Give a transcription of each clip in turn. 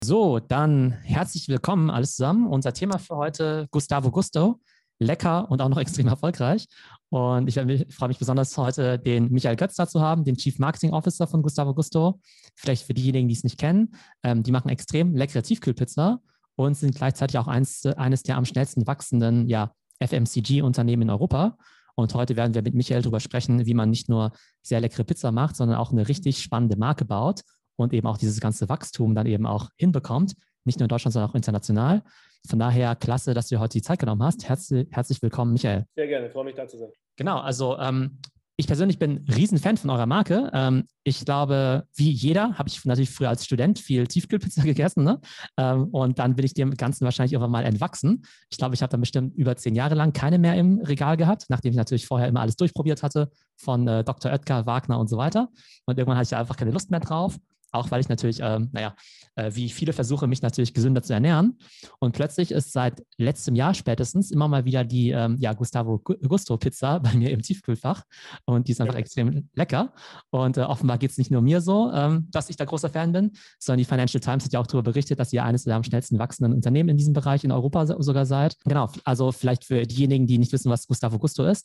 So, dann herzlich willkommen alles zusammen. Unser Thema für heute, Gustavo Gusto. Lecker und auch noch extrem erfolgreich. Und freue mich besonders heute, den Michael Götz da zu haben, den Chief Marketing Officer von Gustavo Gusto. Vielleicht für diejenigen, die es nicht kennen. Die machen extrem leckere Tiefkühlpizza und sind gleichzeitig auch eines der am schnellsten wachsenden FMCG-Unternehmen in Europa. Und heute werden wir mit Michael darüber sprechen, wie man nicht nur sehr leckere Pizza macht, sondern auch eine richtig spannende Marke baut und eben auch dieses ganze Wachstum dann eben auch hinbekommt, nicht nur in Deutschland, sondern auch international. Von daher klasse, dass du dir heute die Zeit genommen hast. Herzlich willkommen, Michael. Sehr gerne, freue mich da zu sein. Genau, also ich persönlich bin ein Riesenfan von eurer Marke. Ich glaube, wie jeder, habe ich natürlich früher als Student viel Tiefkühlpizza gegessen, ne? Und dann bin ich dem Ganzen wahrscheinlich irgendwann mal entwachsen. Ich glaube, ich habe dann bestimmt über 10 Jahre lang keine mehr im Regal gehabt, nachdem ich natürlich vorher immer alles durchprobiert hatte von Dr. Oetker, Wagner und so weiter. Und irgendwann hatte ich da einfach keine Lust mehr drauf. Auch weil ich natürlich, wie viele versuche, mich natürlich gesünder zu ernähren. Und plötzlich ist seit letztem Jahr spätestens immer mal wieder die Gustavo Gusto Pizza bei mir im Tiefkühlfach. Und die ist einfach extrem lecker. Und offenbar geht es nicht nur mir so, dass ich da großer Fan bin, sondern die Financial Times hat ja auch darüber berichtet, dass ihr eines der am schnellsten wachsenden Unternehmen in diesem Bereich in Europa sogar seid. Genau, also vielleicht für diejenigen, die nicht wissen, was Gustavo Gusto ist,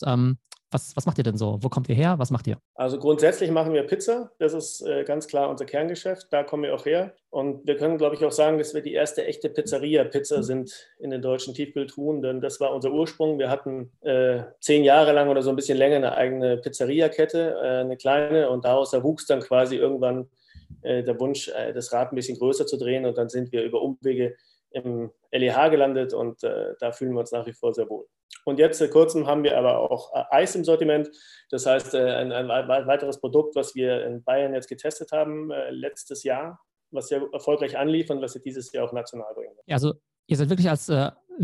was macht ihr denn so? Wo kommt ihr her? Was macht ihr? Also grundsätzlich machen wir Pizza. Das ist ganz klar unser Kerngeschäft. Da kommen wir auch her. Und wir können, glaube ich, auch sagen, dass wir die erste echte Pizza sind in den deutschen Tiefkühltruhen. Denn das war unser Ursprung. Wir hatten 10 Jahre lang oder so ein bisschen länger eine eigene Pizzeria-Kette, eine kleine. Und daraus erwuchs dann quasi irgendwann der Wunsch, das Rad ein bisschen größer zu drehen. Und dann sind wir über Umwege im LEH gelandet. Und da fühlen wir uns nach wie vor sehr wohl. Und jetzt seit kurzem haben wir aber auch Eis im Sortiment. Das heißt, ein weiteres Produkt, was wir in Bayern jetzt getestet haben letztes Jahr, was sehr erfolgreich anlief und was wir dieses Jahr auch national bringen. Also ihr seid wirklich als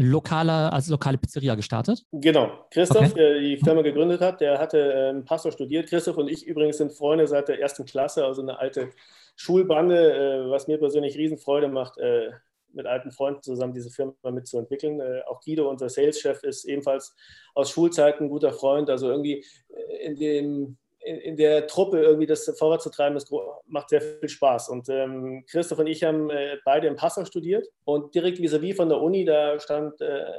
lokale Pizzeria gestartet? Genau. Christoph, der die Firma gegründet hat, der hatte Passau studiert. Christoph und ich übrigens sind Freunde seit der ersten Klasse, also eine alte Schulbande, was mir persönlich Riesenfreude macht, mit alten Freunden zusammen diese Firma mitzuentwickeln. Auch Guido, unser Sales-Chef, ist ebenfalls aus Schulzeiten ein guter Freund. Also irgendwie in der Truppe irgendwie das vorwärts zu treiben, das macht sehr viel Spaß. Und Christoph und ich haben beide in Passau studiert und direkt vis-à-vis von der Uni, da stand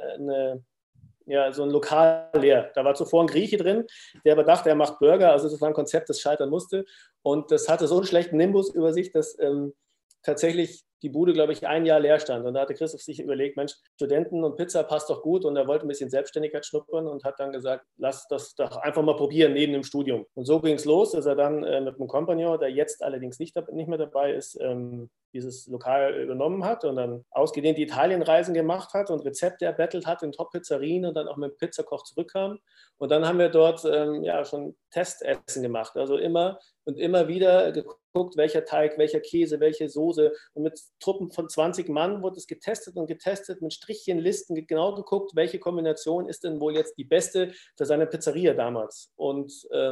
so ein Lokal leer. Da war zuvor ein Grieche drin, der aber dachte, er macht Burger. Also das war ein Konzept, das scheitern musste. Und das hatte so einen schlechten Nimbus über sich, dass tatsächlich die Bude, glaube ich, 1 Jahr leer stand. Und da hatte Christoph sich überlegt, Mensch, Studenten und Pizza passt doch gut. Und er wollte ein bisschen Selbstständigkeit schnuppern und hat dann gesagt, lass das doch einfach mal probieren neben dem Studium. Und so ging es los, dass er dann mit einem Kompagnon, der jetzt allerdings nicht mehr dabei ist, dieses Lokal übernommen hat und dann ausgedehnt die Italienreisen gemacht hat und Rezepte erbettelt hat in Top-Pizzerien und dann auch mit dem Pizzakoch zurückkam. Und dann haben wir dort schon Testessen gemacht. Also immer und immer wieder geguckt, welcher Teig, welcher Käse, welche Soße. Und mit Truppen von 20 Mann wurde es getestet und getestet, mit Strichchenlisten genau geguckt, welche Kombination ist denn wohl jetzt die beste für seine Pizzeria damals. Und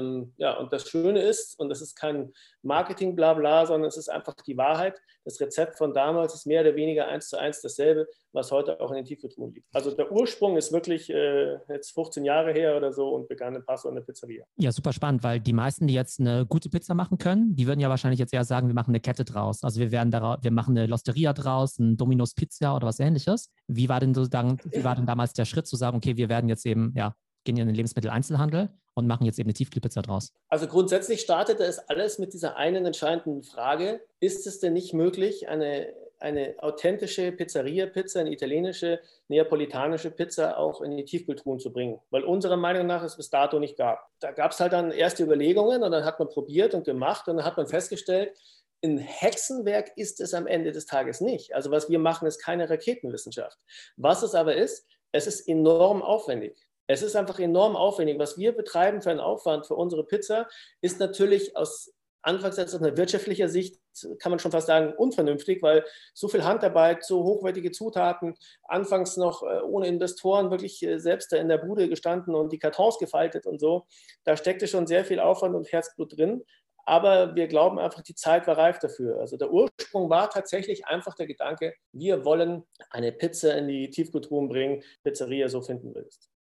und das Schöne ist, und das ist kein Marketing-Blabla, sondern es ist einfach die Wahrheit, das Rezept von damals ist mehr oder weniger 1:1 dasselbe, was heute auch in den Tiefkühltruhen liegt. Also der Ursprung ist wirklich jetzt 15 Jahre her oder so und begann in Passau in der Pizzeria. Ja, super spannend, weil die meisten, die jetzt eine gute Pizza machen können, die würden ja wahrscheinlich jetzt eher sagen, wir machen eine Kette draus. Also wir machen eine Losteria draus, ein Domino's Pizza oder was Ähnliches. Wie war denn damals der Schritt zu sagen, okay, wir werden jetzt eben, gehen in den Lebensmitteleinzelhandel und machen jetzt eben eine Tiefkühlpizza draus? Also grundsätzlich startete es alles mit dieser einen entscheidenden Frage, ist es denn nicht möglich, eine authentische Pizzeria-Pizza, eine italienische, neapolitanische Pizza auch in die Tiefkühltruhen zu bringen? Weil unserer Meinung nach es bis dato nicht gab. Da gab es halt dann erste Überlegungen und dann hat man probiert und gemacht und dann hat man festgestellt, ein Hexenwerk ist es am Ende des Tages nicht. Also was wir machen, ist keine Raketenwissenschaft. Was es aber ist, es ist enorm aufwendig. Es ist einfach enorm aufwendig. Was wir betreiben für einen Aufwand für unsere Pizza, ist natürlich anfangs aus einer wirtschaftlicher Sicht, kann man schon fast sagen, unvernünftig, weil so viel Handarbeit, so hochwertige Zutaten, anfangs noch ohne Investoren wirklich selbst da in der Bude gestanden und die Kartons gefaltet und so. Da steckte schon sehr viel Aufwand und Herzblut drin. Aber wir glauben einfach, die Zeit war reif dafür. Also der Ursprung war tatsächlich einfach der Gedanke, wir wollen eine Pizza in die Tiefkühltruhen bringen, Pizzeria, so finden wir es.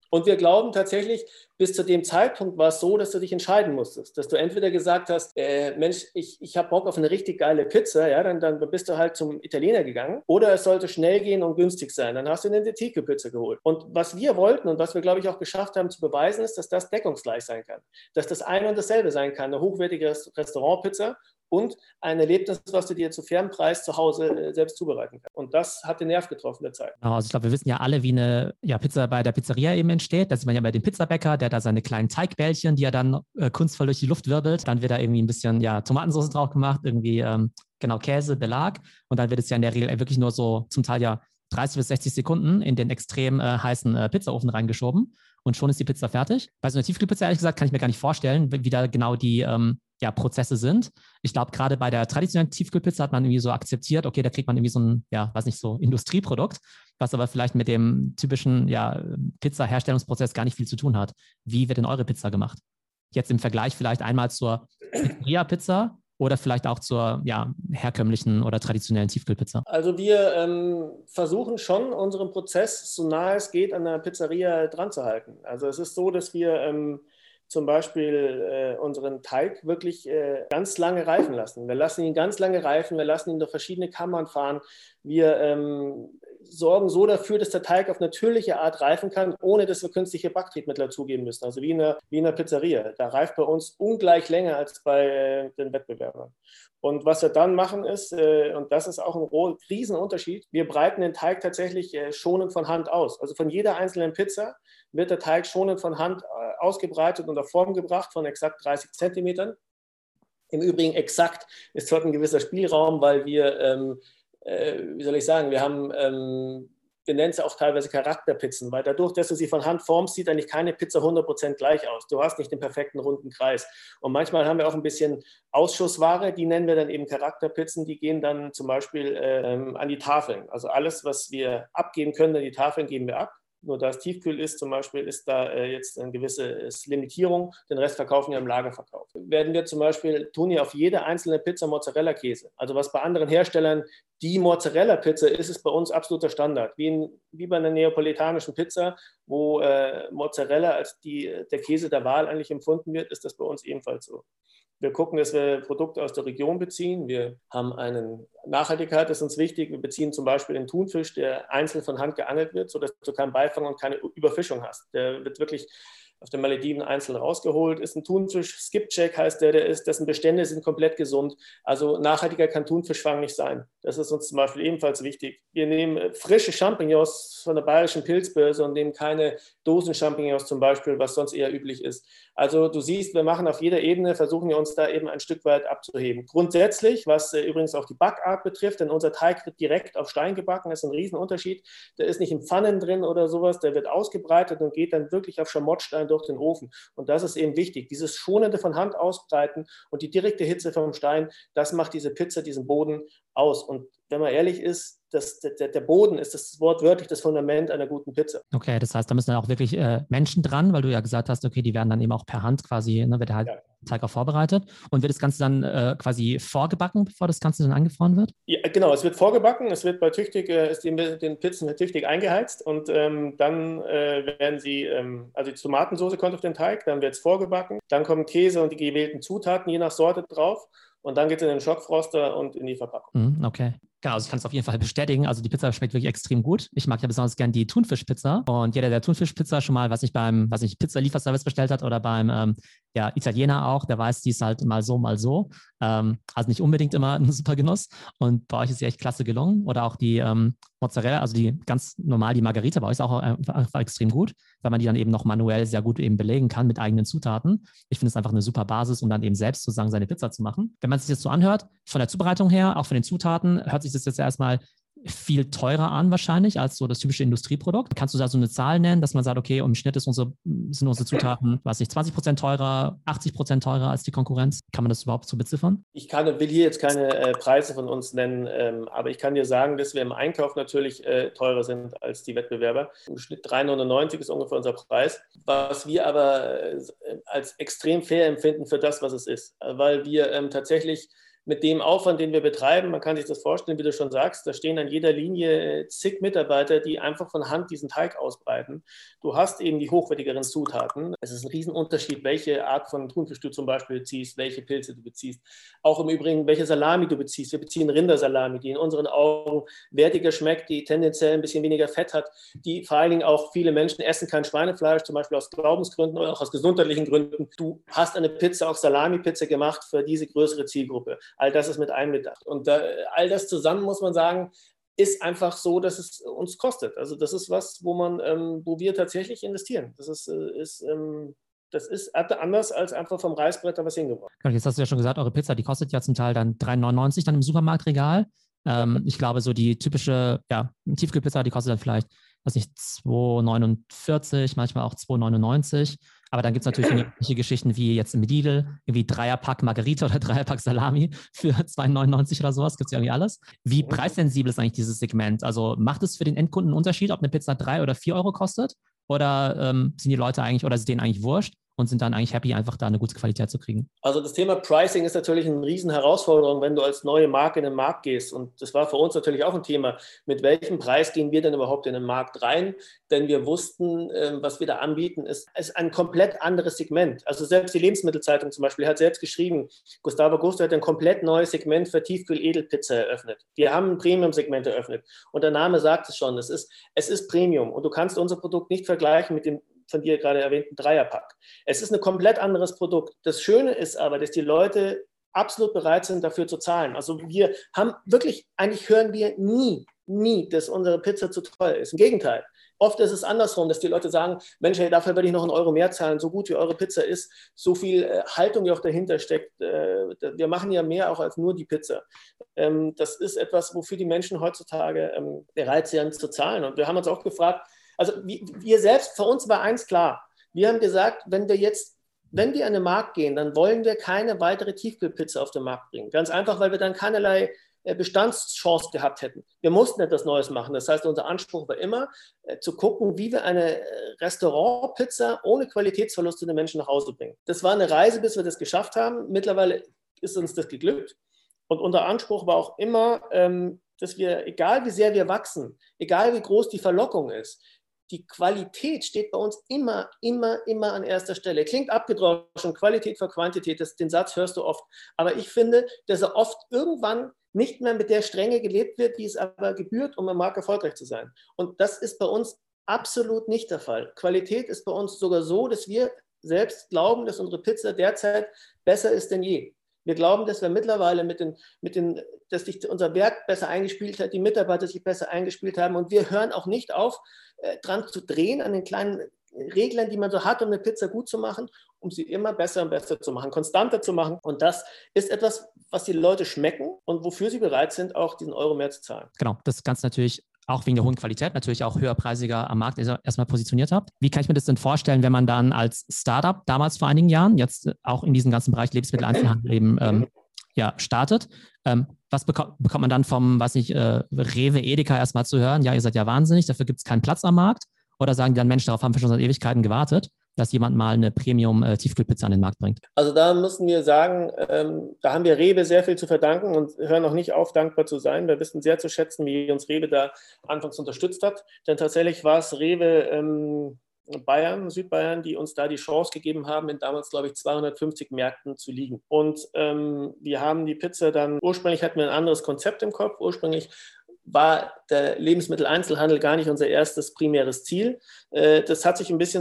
Und wir glauben tatsächlich, bis zu dem Zeitpunkt war es so, dass du dich entscheiden musstest. Dass du entweder gesagt hast, Mensch, ich habe Bock auf eine richtig geile Pizza, ja, dann bist du halt zum Italiener gegangen. Oder es sollte schnell gehen und günstig sein. Dann hast du eine Tiefkühlpizza geholt. Und was wir wollten und was wir, glaube ich, auch geschafft haben zu beweisen, ist, dass das deckungsgleich sein kann. Dass das eine und dasselbe sein kann. Eine hochwertige Restaurantpizza und ein Erlebnis, was du dir zu fairem Preis zu Hause selbst zubereiten kannst. Und das hat den Nerv getroffen der Zeit. Genau, also ich glaube, wir wissen ja alle, wie eine Pizza bei der Pizzeria eben entsteht. Da sieht man ja bei dem Pizzabäcker, der hat da seine kleinen Teigbällchen, die er dann kunstvoll durch die Luft wirbelt. Dann wird da irgendwie ein bisschen Tomatensauce drauf gemacht, irgendwie genau Käse, Belag. Und dann wird es ja in der Regel wirklich nur so zum Teil 30 bis 60 Sekunden in den extrem heißen Pizzaofen reingeschoben. Und schon ist die Pizza fertig. Bei so einer Tiefkühlpizza, ehrlich gesagt, kann ich mir gar nicht vorstellen, wie da genau die Prozesse sind. Ich glaube, gerade bei der traditionellen Tiefkühlpizza hat man irgendwie so akzeptiert, okay, da kriegt man irgendwie so ein, so Industrieprodukt, was aber vielleicht mit dem typischen Pizza-Herstellungsprozess gar nicht viel zu tun hat. Wie wird denn eure Pizza gemacht? Jetzt im Vergleich vielleicht einmal zur Pizzeria-Pizza oder vielleicht auch zur herkömmlichen oder traditionellen Tiefkühlpizza? Also wir versuchen schon, unseren Prozess, so nahe es geht, an der Pizzeria dran zu halten. Also es ist so, dass wir zum Beispiel unseren Teig wirklich ganz lange reifen lassen. Wir lassen ihn ganz lange reifen, wir lassen ihn durch verschiedene Kammern fahren. Wir sorgen so dafür, dass der Teig auf natürliche Art reifen kann, ohne dass wir künstliche Backtriebmittel dazugeben müssen. Also wie in einer Pizzeria. Da reift bei uns ungleich länger als bei den Wettbewerbern. Und was wir dann machen ist, und das ist auch ein Riesenunterschied, wir breiten den Teig tatsächlich schonend von Hand aus. Also von jeder einzelnen Pizza wird der Teig schonend von Hand ausgebreitet und auf Form gebracht von exakt 30 Zentimetern. Im Übrigen exakt ist dort ein gewisser Spielraum, weil wir, wie soll ich sagen, wir nennen es auch teilweise Charakterpizzen, weil dadurch, dass du sie von Hand formst, sieht eigentlich keine Pizza 100% gleich aus. Du hast nicht den perfekten runden Kreis. Und manchmal haben wir auch ein bisschen Ausschussware, die nennen wir dann eben Charakterpizzen, die gehen dann zum Beispiel an die Tafeln. Also alles, was wir abgeben können an die Tafeln, geben wir ab. Nur da es Tiefkühl ist, zum Beispiel, ist da jetzt eine gewisse Limitierung. Den Rest verkaufen wir im Lagerverkauf. Werden wir zum Beispiel, tun wir auf jede einzelne Pizza Mozzarella-Käse. Also was bei anderen Herstellern die Mozzarella-Pizza ist, ist bei uns absoluter Standard. Wie bei einer neapolitanischen Pizza, wo Mozzarella als der Käse der Wahl eigentlich empfunden wird, ist das bei uns ebenfalls so. Wir gucken, dass wir Produkte aus der Region beziehen. Wir haben Nachhaltigkeit, ist uns wichtig. Wir beziehen zum Beispiel den Thunfisch, der einzeln von Hand geangelt wird, sodass du keinen Beifang und keine Überfischung hast. Der wird wirklich auf den Malediven einzeln rausgeholt. Ist ein Thunfisch, Skipjack heißt der ist, dessen Bestände sind komplett gesund. Also nachhaltiger kann Thunfischfang nicht sein. Das ist uns zum Beispiel ebenfalls wichtig. Wir nehmen frische Champignons von der Bayerischen Pilzbörse und nehmen keine Dosen-Champignons zum Beispiel, was sonst eher üblich ist. Also du siehst, wir machen auf jeder Ebene, versuchen wir uns da eben ein Stück weit abzuheben. Grundsätzlich, was übrigens auch die Backart betrifft, denn unser Teig wird direkt auf Stein gebacken, das ist ein Riesenunterschied. Der ist nicht in Pfannen drin oder sowas, der wird ausgebreitet und geht dann wirklich auf Schamottstein durch den Ofen. Und das ist eben wichtig. Dieses schonende von Hand ausbreiten und die direkte Hitze vom Stein, das macht diese Pizza, diesen Boden aus. Und wenn man ehrlich ist, der Boden ist das wortwörtlich das Fundament einer guten Pizza. Okay, das heißt, da müssen dann auch wirklich Menschen dran, weil du ja gesagt hast, okay, die werden dann eben auch per Hand quasi, wird halt Teig auch vorbereitet. Und wird das Ganze dann quasi vorgebacken, bevor das Ganze dann angefroren wird? Ja, genau, es wird vorgebacken, es wird bei tüchtig, den Pizzen tüchtig eingeheizt und dann werden sie, also die Tomatensauce kommt auf den Teig, dann wird es vorgebacken, dann kommen Käse und die gewählten Zutaten je nach Sorte drauf. Und dann geht es in den Schockfroster und in die Verpackung. Okay. Genau, also ich kann es auf jeden Fall bestätigen. Also die Pizza schmeckt wirklich extrem gut. Ich mag ja besonders gern die Thunfischpizza. Und jeder, der Thunfischpizza schon mal, beim Pizza-Lieferservice bestellt hat oder beim Italiener auch, der weiß, die ist halt mal so, mal so. Also nicht unbedingt immer ein super Genuss. Und bei euch ist sie echt klasse gelungen. Oder auch die Mozzarella, also die ganz normal, die Margherita bei euch ist auch einfach extrem gut, weil man die dann eben noch manuell sehr gut eben belegen kann mit eigenen Zutaten. Ich finde es einfach eine super Basis, um dann eben selbst sozusagen seine Pizza zu machen. Wenn man sich das so anhört, von der Zubereitung her, auch von den Zutaten, hört sich das jetzt erstmal viel teurer an wahrscheinlich als so das typische Industrieprodukt. Kannst du da so eine Zahl nennen, dass man sagt, okay, im Schnitt sind unsere Zutaten, 20% teurer, 80% teurer als die Konkurrenz? Kann man das überhaupt so beziffern? Ich will hier jetzt keine Preise von uns nennen, aber ich kann dir sagen, dass wir im Einkauf natürlich teurer sind als die Wettbewerber. Im Schnitt 3,99 ist ungefähr unser Preis, was wir aber als extrem fair empfinden für das, was es ist, weil wir tatsächlich mit dem Aufwand, den wir betreiben, man kann sich das vorstellen, wie du schon sagst, da stehen an jeder Linie zig Mitarbeiter, die einfach von Hand diesen Teig ausbreiten. Du hast eben die hochwertigeren Zutaten. Es ist ein Riesenunterschied, welche Art von Thunfisch du zum Beispiel beziehst, welche Pilze du beziehst. Auch im Übrigen, welche Salami du beziehst. Wir beziehen Rindersalami, die in unseren Augen wertiger schmeckt, die tendenziell ein bisschen weniger Fett hat, die vor allen Dingen auch viele Menschen essen kein Schweinefleisch, zum Beispiel aus Glaubensgründen oder auch aus gesundheitlichen Gründen. Du hast eine Pizza, auch Salami-Pizza gemacht für diese größere Zielgruppe. All das ist mit einbedacht. Und all das zusammen, muss man sagen, ist einfach so, dass es uns kostet. Also das ist was, wo wir tatsächlich investieren. Das ist anders als einfach vom Reißbrett da was hingebracht. Jetzt hast du ja schon gesagt, eure Pizza, die kostet ja zum Teil dann 3,99 dann im Supermarktregal. Ich glaube, so die typische Tiefkühlpizza, die kostet dann vielleicht, weiß nicht, 2,49, manchmal auch 2,99. Aber dann gibt es natürlich irgendwelche Geschichten wie jetzt im Lidl, irgendwie Dreierpack Margarita oder Dreierpack Salami für 2,99 oder sowas, gibt es ja irgendwie alles. Wie preissensibel ist eigentlich dieses Segment? Also macht es für den Endkunden einen Unterschied, ob eine Pizza 3 oder 4 Euro kostet? Oder sind die Leute eigentlich, oder ist es denen eigentlich wurscht und sind dann eigentlich happy, einfach da eine gute Qualität zu kriegen? Also das Thema Pricing ist natürlich eine riesen Herausforderung, wenn du als neue Marke in den Markt gehst. Und das war für uns natürlich auch ein Thema. Mit welchem Preis gehen wir denn überhaupt in den Markt rein? Denn wir wussten, was wir da anbieten, ist ein komplett anderes Segment. Also selbst die Lebensmittelzeitung zum Beispiel hat selbst geschrieben, Gustavo Gusto hat ein komplett neues Segment für Tiefkühl-Edelpizza eröffnet. Wir haben ein Premium-Segment eröffnet. Und der Name sagt es schon, es ist Premium. Und du kannst unser Produkt nicht vergleichen mit dem von dir gerade erwähnten Dreierpack. Es ist ein komplett anderes Produkt. Das Schöne ist aber, dass die Leute absolut bereit sind, dafür zu zahlen. Also wir haben wirklich, eigentlich hören wir nie, dass unsere Pizza zu teuer ist. Im Gegenteil. Oft ist es andersrum, dass die Leute sagen, Mensch, hey, dafür würde ich noch einen Euro mehr zahlen, so gut wie eure Pizza ist, so viel Haltung, die auch dahinter steckt. Wir machen ja mehr auch als nur die Pizza. Das ist etwas, wofür die Menschen heutzutage bereit sind zu zahlen. Und wir haben uns auch gefragt, also wir selbst, für uns war eins klar. Wir haben gesagt, wenn wir an den Markt gehen, dann wollen wir keine weitere Tiefkühlpizza auf den Markt bringen. Ganz einfach, weil wir dann keinerlei Bestandschance gehabt hätten. Wir mussten etwas Neues machen. Das heißt, unser Anspruch war immer, zu gucken, wie wir eine Restaurantpizza ohne Qualitätsverluste den Menschen nach Hause bringen. Das war eine Reise, bis wir das geschafft haben. Mittlerweile ist uns das geglückt. Und unser Anspruch war auch immer, dass wir, egal wie sehr wir wachsen, egal wie groß die Verlockung ist, die Qualität steht bei uns immer an erster Stelle. Klingt abgedroschen, Qualität vor Quantität, den Satz hörst du oft. Aber ich finde, dass er oft irgendwann nicht mehr mit der Strenge gelebt wird, die es aber gebührt, um am Markt erfolgreich zu sein. Und das ist bei uns absolut nicht der Fall. Qualität ist bei uns sogar so, dass wir selbst glauben, dass unsere Pizza derzeit besser ist denn je. Wir glauben, dass wir mittlerweile dass sich unser Werk besser eingespielt hat, die Mitarbeiter sich besser eingespielt haben und wir hören auch nicht auf, dran zu drehen an den kleinen Reglern, die man so hat, um eine Pizza gut zu machen, um sie immer besser und besser zu machen, konstanter zu machen. Und das ist etwas, was die Leute schmecken und wofür sie bereit sind, auch diesen Euro mehr zu zahlen. Genau, das Ganze natürlich auch wegen der hohen Qualität, natürlich auch höherpreisiger am Markt erstmal positioniert habt. Wie kann ich mir das denn vorstellen, wenn man dann als Startup damals vor einigen Jahren, jetzt auch in diesem ganzen Bereich Lebensmitteleinzelhandel eben startet? Was bekommt man dann vom, Rewe, Edeka erstmal zu hören? Ja, ihr seid ja wahnsinnig, dafür gibt es keinen Platz am Markt. Oder sagen die dann, Mensch, darauf haben wir schon seit Ewigkeiten gewartet, dass jemand mal eine Premium-Tiefkühlpizza an den Markt bringt? Also da müssen wir sagen, da haben wir Rewe sehr viel zu verdanken und hören auch nicht auf, dankbar zu sein. Wir wissen sehr zu schätzen, wie uns Rewe da anfangs unterstützt hat. Denn tatsächlich war es Rewe Bayern, Südbayern, die uns da die Chance gegeben haben, in damals, glaube ich, 250 Märkten zu liegen. Und wir haben die Pizza dann, ursprünglich hatten wir ein anderes Konzept im Kopf. Ursprünglich war der Lebensmitteleinzelhandel gar nicht unser erstes primäres Ziel. Das hat sich ein bisschen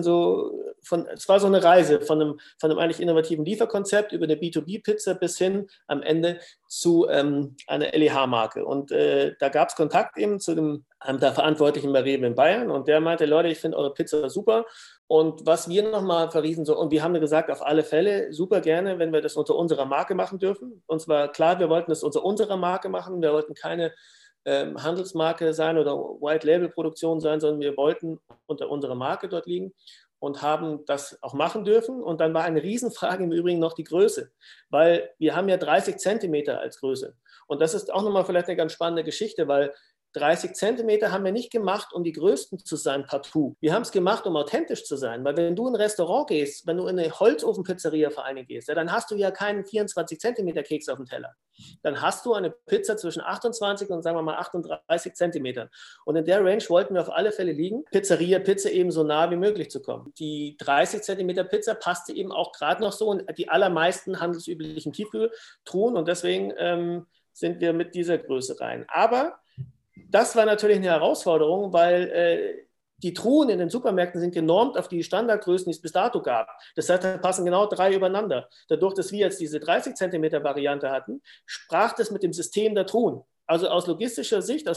es war so eine Reise von einem eigentlich innovativen Lieferkonzept über eine B2B-Pizza bis hin am Ende zu einer LEH-Marke. Und da gab es Kontakt eben zu einem der Verantwortlichen bei Rewe in Bayern und der meinte, Leute, ich finde eure Pizza super. Und was wir nochmal verwiesen, und wir haben gesagt, auf alle Fälle super gerne, wenn wir das unter unserer Marke machen dürfen. Uns war klar, wir wollten das unter unserer Marke machen. Wir wollten keine Handelsmarke sein oder White-Label-Produktion sein, sondern wir wollten unter unserer Marke dort liegen und haben das auch machen dürfen. Und dann war eine Riesenfrage im Übrigen noch die Größe, weil wir haben ja 30 Zentimeter als Größe. Und das ist auch nochmal vielleicht eine ganz spannende Geschichte, weil 30 Zentimeter haben wir nicht gemacht, um die Größten zu sein, partout. Wir haben es gemacht, um authentisch zu sein. Weil wenn du in ein Restaurant gehst, wenn du in eine Holzofenpizzeria vor allem gehst, ja, dann hast du ja keinen 24 Zentimeter Keks auf dem Teller. Dann hast du eine Pizza zwischen 28 und sagen wir mal 38 Zentimetern. Und in der Range wollten wir auf alle Fälle liegen, Pizza eben so nah wie möglich zu kommen. Die 30 Zentimeter Pizza passte eben auch gerade noch so in die allermeisten handelsüblichen Tiefkühltruhen und deswegen sind wir mit dieser Größe rein. Aber das war natürlich eine Herausforderung, weil die Truhen in den Supermärkten sind genormt auf die Standardgrößen, die es bis dato gab. Das heißt, da passen genau 3 übereinander. Dadurch, dass wir jetzt diese 30 Zentimeter Variante hatten, sprach das mit dem System der Truhen. Also aus logistischer Sicht,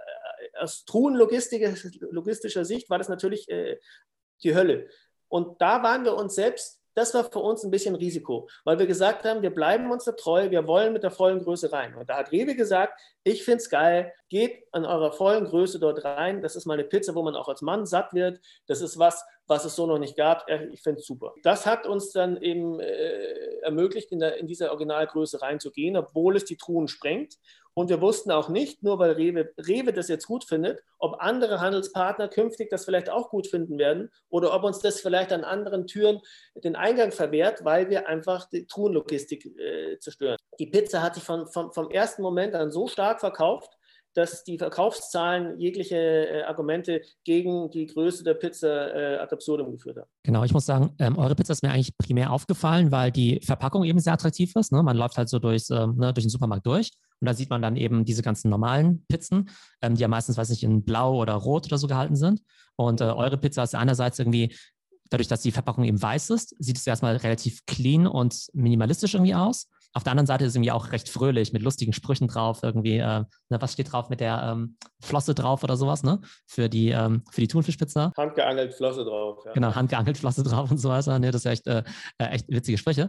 aus Truhenlogistischer Sicht war das natürlich die Hölle. Und da waren wir uns selbst, das war für uns ein bisschen Risiko, weil wir gesagt haben, wir bleiben uns da treu, wir wollen mit der vollen Größe rein. Und da hat Rewe gesagt, ich finde es geil, geht an eurer vollen Größe dort rein. Das ist mal eine Pizza, wo man auch als Mann satt wird. Das ist was es so noch nicht gab. Ich finde es super. Das hat uns dann eben ermöglicht, in dieser Originalgröße reinzugehen, obwohl es die Truhen sprengt. Und wir wussten auch nicht, nur weil Rewe das jetzt gut findet, ob andere Handelspartner künftig das vielleicht auch gut finden werden oder ob uns das vielleicht an anderen Türen den Eingang verwehrt, weil wir einfach die Truhenlogistik zerstören. Die Pizza hat sich vom ersten Moment an so stark verkauft, dass die Verkaufszahlen jegliche Argumente gegen die Größe der Pizza ad absurdum geführt haben. Genau, ich muss sagen, eure Pizza ist mir eigentlich primär aufgefallen, weil die Verpackung eben sehr attraktiv ist. Ne? Man läuft halt so durch den Supermarkt durch und da sieht man dann eben diese ganzen normalen Pizzen, die ja meistens, weiß nicht, in blau oder rot oder so gehalten sind. Und eure Pizza ist einerseits irgendwie, dadurch, dass die Verpackung eben weiß ist, sieht es erstmal relativ clean und minimalistisch irgendwie aus. Auf der anderen Seite ist es irgendwie auch recht fröhlich mit lustigen Sprüchen drauf, irgendwie, was steht drauf mit der Flosse drauf oder sowas, ne? Für die Thunfischpizza. Handgeangelt Flosse drauf. Ja. Genau, handgeangelt Flosse drauf und so weiter. Ne, das ist echt witzige Sprüche.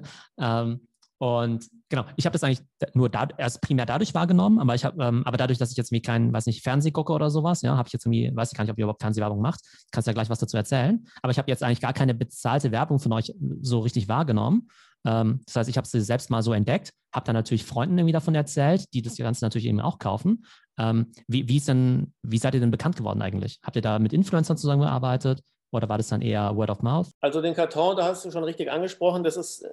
Und genau, ich habe das eigentlich nur erst primär dadurch wahrgenommen, aber dadurch, dass ich jetzt irgendwie kein, weiß nicht, Fernseh gucke oder sowas, ja, habe ich jetzt irgendwie, weiß ich gar nicht, ob ihr überhaupt Fernsehwerbung macht, kannst ja gleich was dazu erzählen, aber ich habe jetzt eigentlich gar keine bezahlte Werbung von euch so richtig wahrgenommen. Das heißt, ich habe sie selbst mal so entdeckt, habe dann natürlich Freunden irgendwie davon erzählt, die das Ganze natürlich eben auch kaufen. Wie seid ihr denn bekannt geworden eigentlich? Habt ihr da mit Influencern zusammengearbeitet? Oder war das dann eher Word of Mouth? Also den Karton, da hast du schon richtig angesprochen,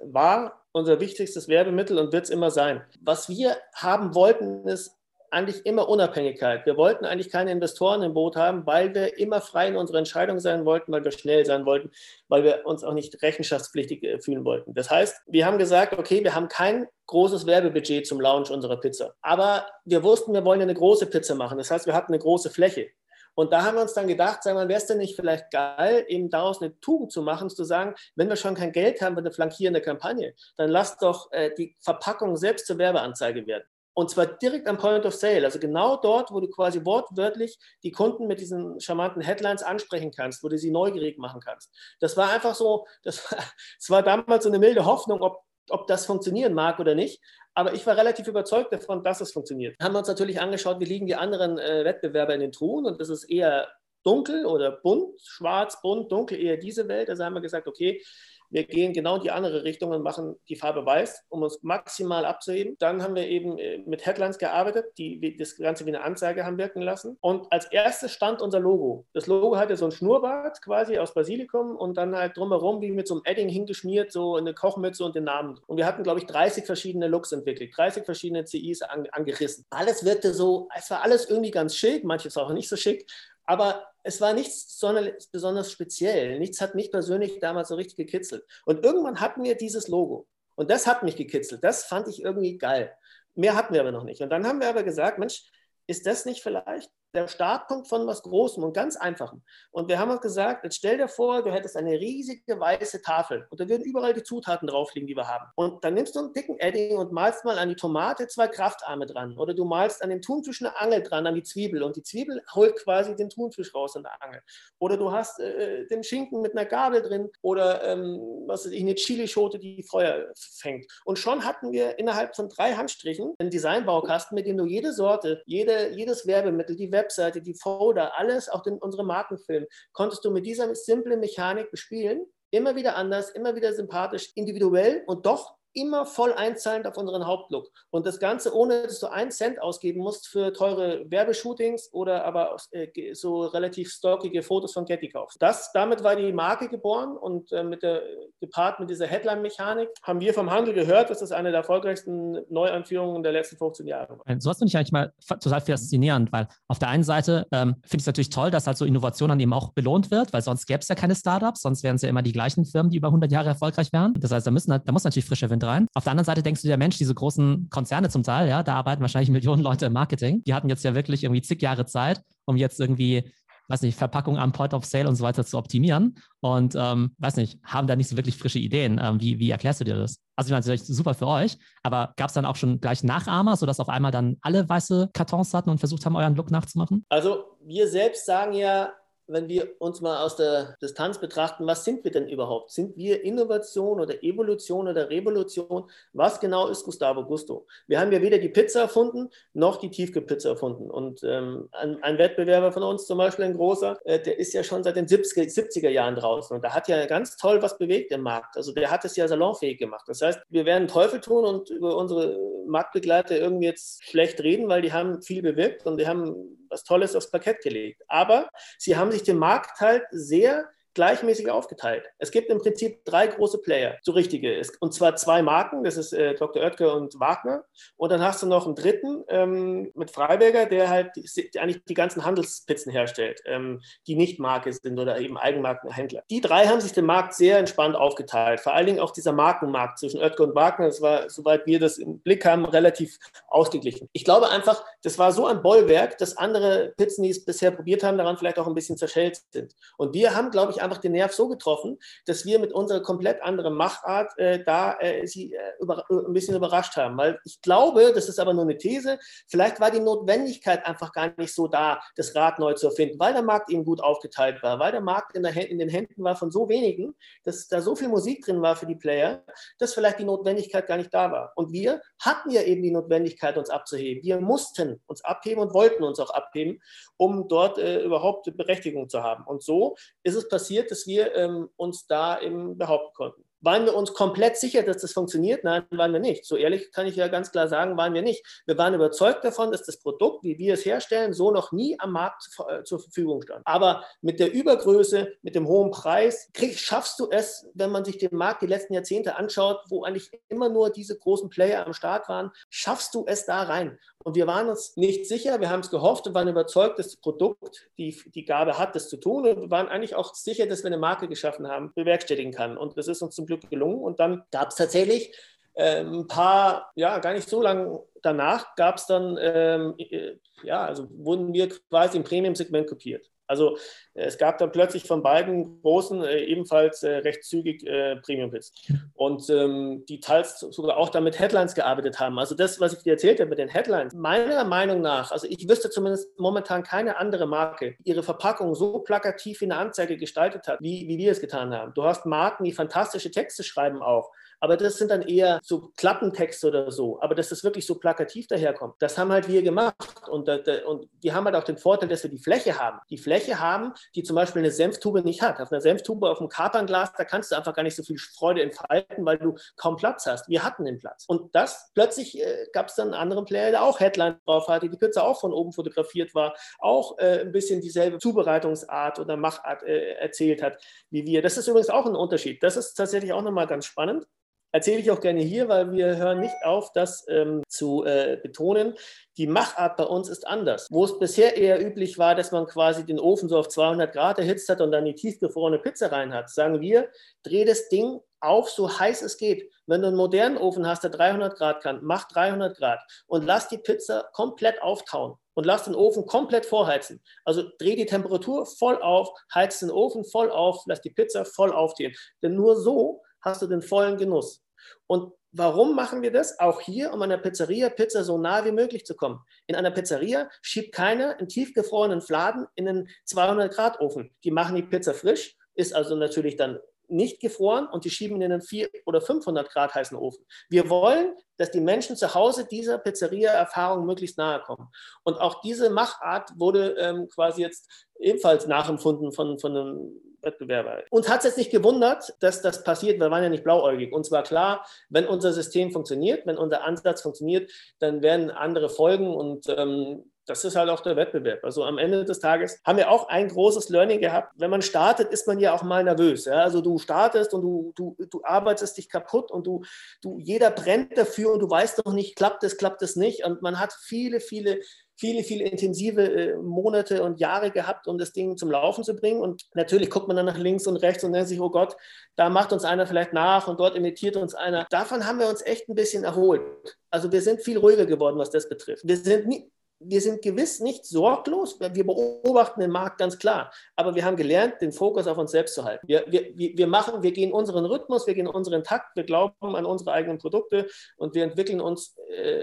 war unser wichtigstes Werbemittel und wird es immer sein. Was wir haben wollten, ist eigentlich immer Unabhängigkeit. Wir wollten eigentlich keine Investoren im Boot haben, weil wir immer frei in unserer Entscheidung sein wollten, weil wir schnell sein wollten, weil wir uns auch nicht rechenschaftspflichtig fühlen wollten. Das heißt, wir haben gesagt, okay, wir haben kein großes Werbebudget zum Launch unserer Pizza. Aber wir wussten, wir wollen eine große Pizza machen. Das heißt, wir hatten eine große Fläche. Und da haben wir uns dann gedacht, wäre es denn nicht vielleicht geil, eben daraus eine Tugend zu machen, zu sagen, wenn wir schon kein Geld haben für eine flankierende Kampagne, dann lasst doch die Verpackung selbst zur Werbeanzeige werden. Und zwar direkt am Point of Sale, also genau dort, wo du quasi wortwörtlich die Kunden mit diesen charmanten Headlines ansprechen kannst, wo du sie neugierig machen kannst. Das war einfach so, das war damals so eine milde Hoffnung, ob das funktionieren mag oder nicht. Aber ich war relativ überzeugt davon, dass es funktioniert. Haben wir uns natürlich angeschaut, wie liegen die anderen Wettbewerber in den Truhen und das ist eher dunkel oder bunt, schwarz, bunt, dunkel, eher diese Welt. Also haben wir gesagt, okay, wir gehen genau in die andere Richtung und machen die Farbe weiß, um uns maximal abzuheben. Dann haben wir eben mit Headlines gearbeitet, die das Ganze wie eine Anzeige haben wirken lassen. Und als erstes stand unser Logo. Das Logo hatte so ein Schnurrbart quasi aus Basilikum und dann halt drumherum wie mit so einem Edding hingeschmiert, so eine Kochmütze und den Namen. Und wir hatten, glaube ich, 30 verschiedene Looks entwickelt, 30 verschiedene CIs angerissen. Alles wirkte so, es war alles irgendwie ganz schick, manches auch nicht so schick. Aber es war nichts besonders speziell. Nichts hat mich persönlich damals so richtig gekitzelt. Und irgendwann hatten wir dieses Logo. Und das hat mich gekitzelt. Das fand ich irgendwie geil. Mehr hatten wir aber noch nicht. Und dann haben wir aber gesagt, Mensch, ist das nicht vielleicht der Startpunkt von was Großem und ganz Einfachem? Und wir haben uns gesagt, jetzt stell dir vor, du hättest eine riesige weiße Tafel und da würden überall die Zutaten drauf liegen, die wir haben. Und dann nimmst du einen dicken Edding und malst mal an die Tomate 2 Kraftarme dran. Oder du malst an den Thunfisch eine Angel dran, an die Zwiebel. Und die Zwiebel holt quasi den Thunfisch raus an der Angel. Oder du hast den Schinken mit einer Gabel drin. Oder eine Chilischote, die Feuer fängt. Und schon hatten wir innerhalb von 3 Handstrichen einen Designbaukasten, mit dem du jede Sorte, jedes Werbemittel, die Webseite, die Folder, alles, auch unsere Markenfilme, konntest du mit dieser simplen Mechanik bespielen. Immer wieder anders, immer wieder sympathisch, individuell und doch immer voll einzahlend auf unseren Hauptlook. Und das Ganze, ohne dass du einen Cent ausgeben musst für teure Werbeshootings oder aber so relativ stockige Fotos von Getty kaufst. Damit war die Marke geboren und gepaart mit dieser Headline-Mechanik haben wir vom Handel gehört, dass das eine der erfolgreichsten Neueinführungen der letzten 15 Jahre war. So was finde ich eigentlich mal total faszinierend, weil auf der einen Seite finde ich es natürlich toll, dass halt so Innovation dann eben auch belohnt wird, weil sonst gäbe es ja keine Startups, sonst wären es ja immer die gleichen Firmen, die über 100 Jahre erfolgreich wären. Das heißt, da muss natürlich frischer Wind rein. Auf der anderen Seite denkst du dir, Mensch, diese großen Konzerne zum Teil, ja, da arbeiten wahrscheinlich Millionen Leute im Marketing. Die hatten jetzt ja wirklich irgendwie zig Jahre Zeit, um jetzt irgendwie, weiß nicht, Verpackung am Point of Sale und so weiter zu optimieren und, weiß nicht, haben da nicht so wirklich frische Ideen. Wie erklärst du dir das? Also ich meine, das ist super für euch, aber gab es dann auch schon gleich Nachahmer, sodass auf einmal dann alle weiße Kartons hatten und versucht haben, euren Look nachzumachen? Also wir selbst sagen ja, wenn wir uns mal aus der Distanz betrachten, was sind wir denn überhaupt? Sind wir Innovation oder Evolution oder Revolution? Was genau ist Gustavo Gusto? Wir haben ja weder die Pizza erfunden, noch die Tiefkühlpizza erfunden. Und ein Wettbewerber von uns zum Beispiel, ein großer, der ist ja schon seit den 70er Jahren draußen. Und da hat ja ganz toll was bewegt im Markt. Also der hat es ja salonfähig gemacht. Das heißt, wir werden Teufel tun und über unsere Marktbegleiter irgendwie jetzt schlecht reden, weil die haben viel bewirkt und die haben was Tolles aufs Parkett gelegt. Aber sie haben sich den Markt halt sehr gleichmäßig aufgeteilt. Es gibt im Prinzip 3 große Player, so richtige. Und zwar 2 Marken, das ist Dr. Oetker und Wagner. Und dann hast du noch einen dritten mit Freiberger, der halt eigentlich die ganzen Handelspizzen herstellt, die nicht Marke sind oder eben Eigenmarkenhändler. Die 3 haben sich den Markt sehr entspannt aufgeteilt. Vor allen Dingen auch dieser Markenmarkt zwischen Oetker und Wagner, das war, soweit wir das im Blick haben, relativ ausgeglichen. Ich glaube einfach, das war so ein Bollwerk, dass andere Pizzen, die es bisher probiert haben, daran vielleicht auch ein bisschen zerschellt sind. Und wir haben, glaube ich, einfach den Nerv so getroffen, dass wir mit unserer komplett anderen Machart sie ein bisschen überrascht haben. Weil ich glaube, das ist aber nur eine These, vielleicht war die Notwendigkeit einfach gar nicht so da, das Rad neu zu erfinden, weil der Markt eben gut aufgeteilt war, weil der Markt in den Händen war von so wenigen, dass da so viel Musik drin war für die Player, dass vielleicht die Notwendigkeit gar nicht da war. Und wir hatten ja eben die Notwendigkeit, uns abzuheben. Wir mussten uns abheben und wollten uns auch abheben, um dort überhaupt Berechtigung zu haben. Und so ist es passiert, dass wir uns da eben behaupten konnten. Waren wir uns komplett sicher, dass das funktioniert? Nein, waren wir nicht. So ehrlich kann ich ja ganz klar sagen, waren wir nicht. Wir waren überzeugt davon, dass das Produkt, wie wir es herstellen, so noch nie am Markt zur Verfügung stand. Aber mit der Übergröße, mit dem hohen Preis, schaffst du es, wenn man sich den Markt die letzten Jahrzehnte anschaut, wo eigentlich immer nur diese großen Player am Start waren, schaffst du es da rein. Und wir waren uns nicht sicher, wir haben es gehofft und waren überzeugt, dass das Produkt die Gabe hat, das zu tun. Und wir waren eigentlich auch sicher, dass wir eine Marke geschaffen haben, bewerkstelligen kann. Und das ist uns zum Glück gelungen. Und dann gab es tatsächlich ein paar, ja, gar nicht so lange danach, gab es dann, also wurden wir quasi im Premium-Segment kopiert. Also es gab dann plötzlich von beiden großen ebenfalls recht zügig Premium-Pizzen. Und die teils sogar auch dann mit Headlines gearbeitet haben. Also das, was ich dir erzählt habe mit den Headlines, meiner Meinung nach, also ich wüsste zumindest momentan keine andere Marke, die ihre Verpackung so plakativ in der Anzeige gestaltet hat, wie wir es getan haben. Du hast Marken, die fantastische Texte schreiben auch. Aber das sind dann eher so Klappentexte oder so. Aber dass das wirklich so plakativ daherkommt, das haben halt wir gemacht. Und die haben halt auch den Vorteil, dass wir die Fläche haben. Die Fläche haben, die zum Beispiel eine Senftube nicht hat. Auf einer Senftube, auf einem Kapernglas, da kannst du einfach gar nicht so viel Freude entfalten, weil du kaum Platz hast. Wir hatten den Platz. Und das plötzlich gab es dann einen anderen Player, der auch Headline drauf hatte, die Pizza auch von oben fotografiert war, auch ein bisschen dieselbe Zubereitungsart oder Machart erzählt hat wie wir. Das ist übrigens auch ein Unterschied. Das ist tatsächlich auch nochmal ganz spannend. Erzähle ich auch gerne hier, weil wir hören nicht auf, das zu betonen. Die Machart bei uns ist anders. Wo es bisher eher üblich war, dass man quasi den Ofen so auf 200 Grad erhitzt hat und dann die tiefgefrorene Pizza rein hat, sagen wir, dreh das Ding auf, so heiß es geht. Wenn du einen modernen Ofen hast, der 300 Grad kann, mach 300 Grad und lass die Pizza komplett auftauen und lass den Ofen komplett vorheizen. Also dreh die Temperatur voll auf, heiz den Ofen voll auf, lass die Pizza voll auftieren. Denn nur so hast du den vollen Genuss. Und warum machen wir das? Auch hier, um an der Pizzeria Pizza so nah wie möglich zu kommen. In einer Pizzeria schiebt keiner einen tiefgefrorenen Fladen in einen 200-Grad-Ofen. Die machen die Pizza frisch, ist also natürlich dann nicht gefroren und die schieben ihn in einen 400 oder 500 Grad heißen Ofen. Wir wollen, dass die Menschen zu Hause dieser Pizzeria-Erfahrung möglichst nahe kommen. Und auch diese Machart wurde quasi jetzt ebenfalls nachempfunden von einem Wettbewerber. Uns hat es jetzt nicht gewundert, dass das passiert, wir waren ja nicht blauäugig. Uns war klar, wenn unser System funktioniert, wenn unser Ansatz funktioniert, dann werden andere folgen und das ist halt auch der Wettbewerb. Also am Ende des Tages haben wir auch ein großes Learning gehabt. Wenn man startet, ist man ja auch mal nervös. Ja? Also du startest und du arbeitest dich kaputt und jeder brennt dafür und du weißt noch nicht, klappt es nicht. Und man hat viele intensive Monate und Jahre gehabt, um das Ding zum Laufen zu bringen. Und natürlich guckt man dann nach links und rechts und denkt sich, oh Gott, da macht uns einer vielleicht nach und dort imitiert uns einer. Davon haben wir uns echt ein bisschen erholt. Also wir sind viel ruhiger geworden, was das betrifft. Wir sind gewiss nicht sorglos, wir beobachten den Markt ganz klar, aber wir haben gelernt, den Fokus auf uns selbst zu halten. Wir gehen unseren Rhythmus, wir gehen unseren Takt, wir glauben an unsere eigenen Produkte und wir entwickeln uns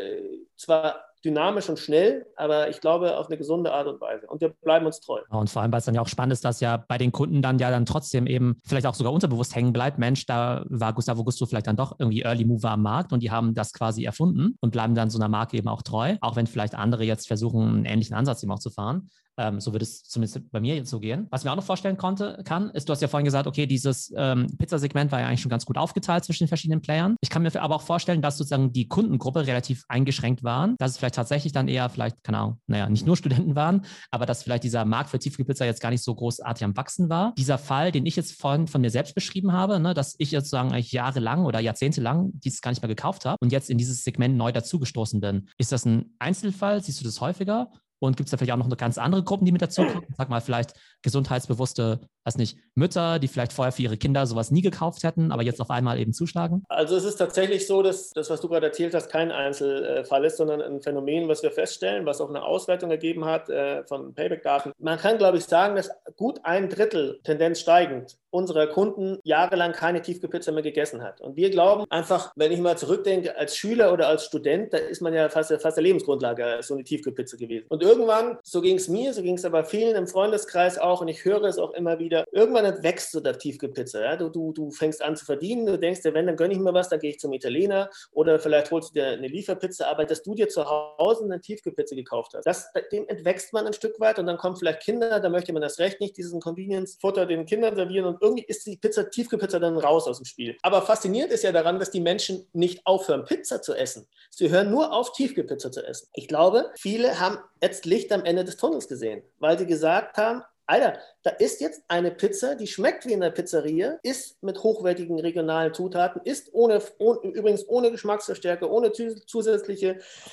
zwar dynamisch und schnell, aber ich glaube auf eine gesunde Art und Weise. Und wir bleiben uns treu. Und vor allem, weil es dann ja auch spannend ist, dass ja bei den Kunden dann ja dann trotzdem eben vielleicht auch sogar unterbewusst hängen bleibt, Mensch, da war Gustavo Gusto vielleicht dann doch irgendwie Early Mover am Markt und die haben das quasi erfunden und bleiben dann so einer Marke eben auch treu, auch wenn vielleicht andere jetzt versuchen, einen ähnlichen Ansatz eben auch zu fahren. So wird es zumindest bei mir jetzt so gehen. Was ich mir auch noch vorstellen kann, ist, du hast ja vorhin gesagt, okay, dieses Pizzasegment war ja eigentlich schon ganz gut aufgeteilt zwischen den verschiedenen Playern. Ich kann mir aber auch vorstellen, dass sozusagen die Kundengruppe relativ eingeschränkt waren, dass es vielleicht tatsächlich dann eher keine Ahnung, nicht nur Studenten waren, aber dass vielleicht dieser Markt für Tiefkühlpizza jetzt gar nicht so großartig am Wachsen war. Dieser Fall, den ich jetzt vorhin von mir selbst beschrieben habe, ne, dass ich jetzt sozusagen eigentlich jahrelang oder jahrzehntelang dieses gar nicht mehr gekauft habe und jetzt in dieses Segment neu dazugestoßen bin. Ist das ein Einzelfall? Siehst du das häufiger? Und gibt es da vielleicht auch noch eine ganz andere Gruppen, die mit dazukommen? Sag mal, vielleicht gesundheitsbewusste, Mütter, die vielleicht vorher für ihre Kinder sowas nie gekauft hätten, aber jetzt auf einmal eben zuschlagen? Also es ist tatsächlich so, dass das, was du gerade erzählt hast, kein Einzelfall ist, sondern ein Phänomen, was wir feststellen, was auch eine Auswertung ergeben hat von Payback-Daten. Man kann, glaube ich, sagen, dass gut 1/3, Tendenz steigend, unserer Kunden jahrelang keine Tiefkühlpizza mehr gegessen hat. Und wir glauben einfach, wenn ich mal zurückdenke, als Schüler oder als Student, da ist man ja fast der Lebensgrundlage so eine Tiefkühlpizza gewesen. Und irgendwann, so ging es mir, so ging es aber vielen im Freundeskreis auch, und ich höre es auch immer wieder, irgendwann entwächst du der Tiefkühlpizza. Ja? Du fängst an zu verdienen, du denkst dir, wenn, dann gönne ich mir was, dann gehe ich zum Italiener oder vielleicht holst du dir eine Lieferpizza, aber dass du dir zu Hause eine Tiefkühlpizza gekauft hast, dem entwächst man ein Stück weit und dann kommen vielleicht Kinder, da möchte man das Recht nicht, diesen Convenience-Futter den Kindern servieren und irgendwie ist die Tiefkühlpizza dann raus aus dem Spiel. Aber faszinierend ist ja daran, dass die Menschen nicht aufhören, Pizza zu essen. Sie hören nur auf, Tiefkühlpizza zu essen. Ich glaube, viele haben jetzt Licht am Ende des Tunnels gesehen, weil sie gesagt haben, Alter, da ist jetzt eine Pizza, die schmeckt wie in der Pizzeria, ist mit hochwertigen regionalen Zutaten, ist übrigens ohne Geschmacksverstärker, ohne zusätzliche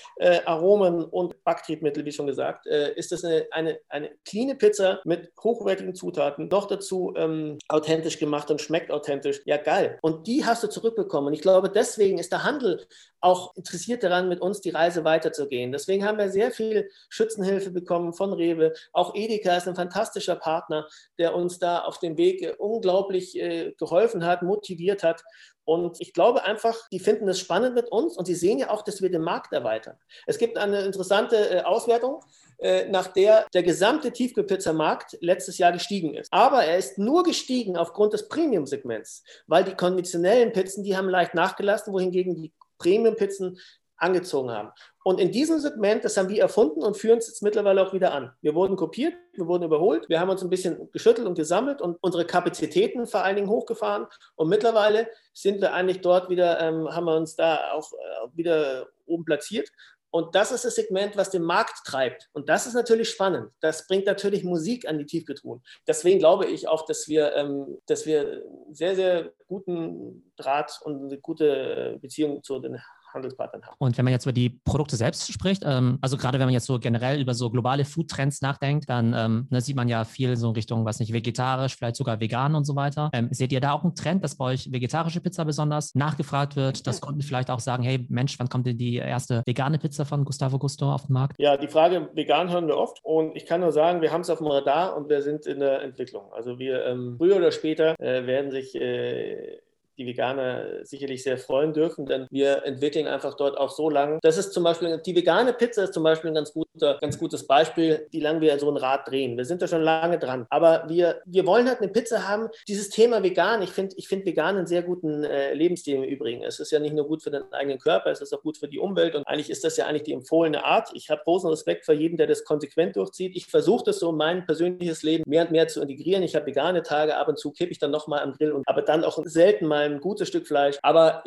Aromen und Backtriebmittel, wie schon gesagt, ist das eine cleane Pizza mit hochwertigen Zutaten, noch dazu authentisch gemacht und schmeckt authentisch. Ja, geil. Und die hast du zurückbekommen. Und ich glaube, deswegen ist der Handel auch interessiert daran, mit uns die Reise weiterzugehen. Deswegen haben wir sehr viel Schützenhilfe bekommen von Rewe. Auch Edeka ist ein fantastischer Partner, der uns da auf dem Weg unglaublich geholfen hat, motiviert hat. Und ich glaube einfach, die finden es spannend mit uns und sie sehen ja auch, dass wir den Markt erweitern. Es gibt eine interessante Auswertung, nach der gesamte Tiefkühlpizzamarkt letztes Jahr gestiegen ist. Aber er ist nur gestiegen aufgrund des Premium-Segments, weil die konventionellen Pizzen, die haben leicht nachgelassen, wohingegen die Premium-Pizzen angezogen haben. Und in diesem Segment, das haben wir erfunden und führen es jetzt mittlerweile auch wieder an. Wir wurden kopiert, wir wurden überholt, wir haben uns ein bisschen geschüttelt und gesammelt und unsere Kapazitäten vor allen Dingen hochgefahren. Und mittlerweile sind wir eigentlich dort wieder, haben wir uns da auch wieder oben platziert. Und das ist das Segment, was den Markt treibt. Und das ist natürlich spannend. Das bringt natürlich Musik an die Tiefkühltruhen. Deswegen glaube ich auch, dass wir sehr, sehr guten Draht und eine gute Beziehung zu den Handelspartnern haben. Und wenn man jetzt über die Produkte selbst spricht, also gerade wenn man jetzt so generell über so globale Foodtrends nachdenkt, dann sieht man ja viel so in Richtung, was nicht, vegetarisch, vielleicht sogar vegan und so weiter. Seht ihr da auch einen Trend, dass bei euch vegetarische Pizza besonders nachgefragt wird, dass Kunden vielleicht auch sagen, hey Mensch, wann kommt denn die erste vegane Pizza von Gustavo Gusto auf den Markt? Ja, die Frage vegan hören wir oft und ich kann nur sagen, wir haben es auf dem Radar und wir sind in der Entwicklung. Also wir früher oder später werden sich die Veganer sicherlich sehr freuen dürfen, denn wir entwickeln einfach dort auch so lange. Das ist zum Beispiel, die vegane Pizza ist zum Beispiel ein ganz gutes Beispiel, wie lange wir so ein Rad drehen. Wir sind da schon lange dran. Aber wir wollen halt eine Pizza haben. Dieses Thema vegan, ich finde vegan einen sehr guten Lebensstil im Übrigen. Es ist ja nicht nur gut für den eigenen Körper, es ist auch gut für die Umwelt und eigentlich ist das ja eigentlich die empfohlene Art. Ich habe großen Respekt vor jedem, der das konsequent durchzieht. Ich versuche das so in mein persönliches Leben mehr und mehr zu integrieren. Ich habe vegane Tage, ab und zu kippe ich dann nochmal am Grill, aber dann auch selten mal ein gutes Stück Fleisch. Aber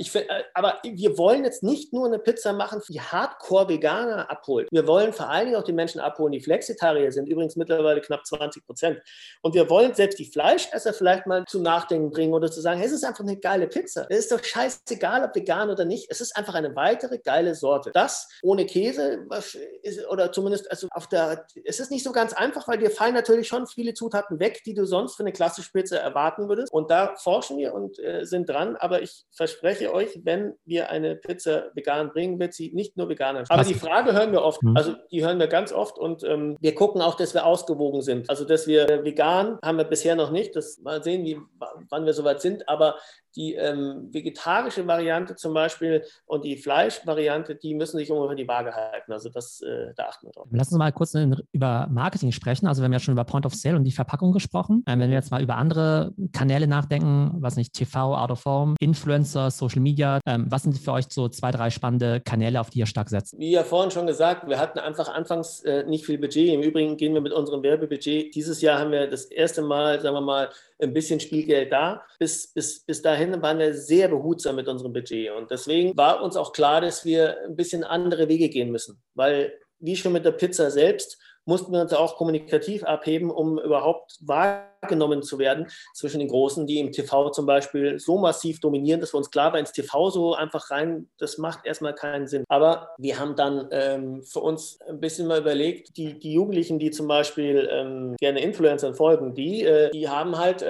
wir wollen jetzt nicht nur eine Pizza machen, die Hardcore-Veganer abholt. Wir wollen vor allen Dingen auch die Menschen abholen, die Flexitarier sind, übrigens mittlerweile knapp 20%. Und wir wollen selbst die Fleischesser vielleicht mal zum Nachdenken bringen oder zu sagen, hey, es ist einfach eine geile Pizza. Es ist doch scheißegal, ob vegan oder nicht. Es ist einfach eine weitere geile Sorte. Das ohne Käse oder zumindest, also es ist nicht so ganz einfach, weil dir fallen natürlich schon viele Zutaten weg, die du sonst für eine klassische Pizza erwarten würdest. Und da forschen wir und sind dran. Aber ich verspreche euch, wenn wir eine Pizza vegan bringen, wird sie nicht nur vegan sein. Aber die Frage hören wir oft. Also die hören wir ganz oft und wir gucken auch, dass wir ausgewogen sind. Also dass wir vegan haben wir bisher noch nicht. Mal sehen, wann wir soweit sind. Aber die vegetarische Variante zum Beispiel und die Fleischvariante, die müssen sich ungefähr die Waage halten. Also da achten wir drauf. Lass uns mal kurz über Marketing sprechen. Also wir haben ja schon über Point of Sale und die Verpackung gesprochen. Wenn wir jetzt mal über andere Kanäle nachdenken, was nicht, TV, Out of Home, Influencer, Social Media, was sind für euch so 2, 3 spannende Kanäle, auf die ihr stark setzt? Wie ja vorhin schon gesagt, wir hatten einfach anfangs nicht viel Budget. Im Übrigen gehen wir mit unserem Werbebudget. Dieses Jahr haben wir das erste Mal, sagen wir mal, ein bisschen Spielgeld da. Bis dahin waren wir sehr behutsam mit unserem Budget. Und deswegen war uns auch klar, dass wir ein bisschen andere Wege gehen müssen. Weil, wie schon mit der Pizza selbst, mussten wir uns auch kommunikativ abheben, um überhaupt wahrgenommen zu werden zwischen den Großen, die im TV zum Beispiel so massiv dominieren, dass wir uns klar war, ins TV so einfach rein, das macht erstmal keinen Sinn. Aber wir haben dann für uns ein bisschen mal überlegt, die Jugendlichen, die zum Beispiel gerne Influencern folgen, die haben halt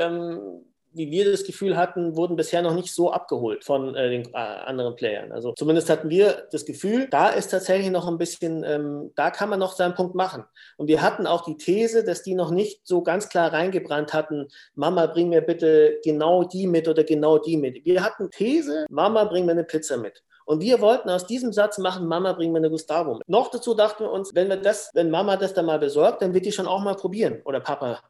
wie wir das Gefühl hatten, wurden bisher noch nicht so abgeholt von den anderen Playern. Also zumindest hatten wir das Gefühl, da ist tatsächlich noch ein bisschen, da kann man noch seinen Punkt machen. Und wir hatten auch die These, dass die noch nicht so ganz klar reingebrannt hatten, Mama, bring mir bitte genau die mit oder genau die mit. Wir hatten These, Mama, bring mir eine Pizza mit. Und wir wollten aus diesem Satz machen, Mama, bring mir eine Gustavo mit. Noch dazu dachten wir uns, wenn Mama das dann mal besorgt, dann wird die schon auch mal probieren. Oder Papa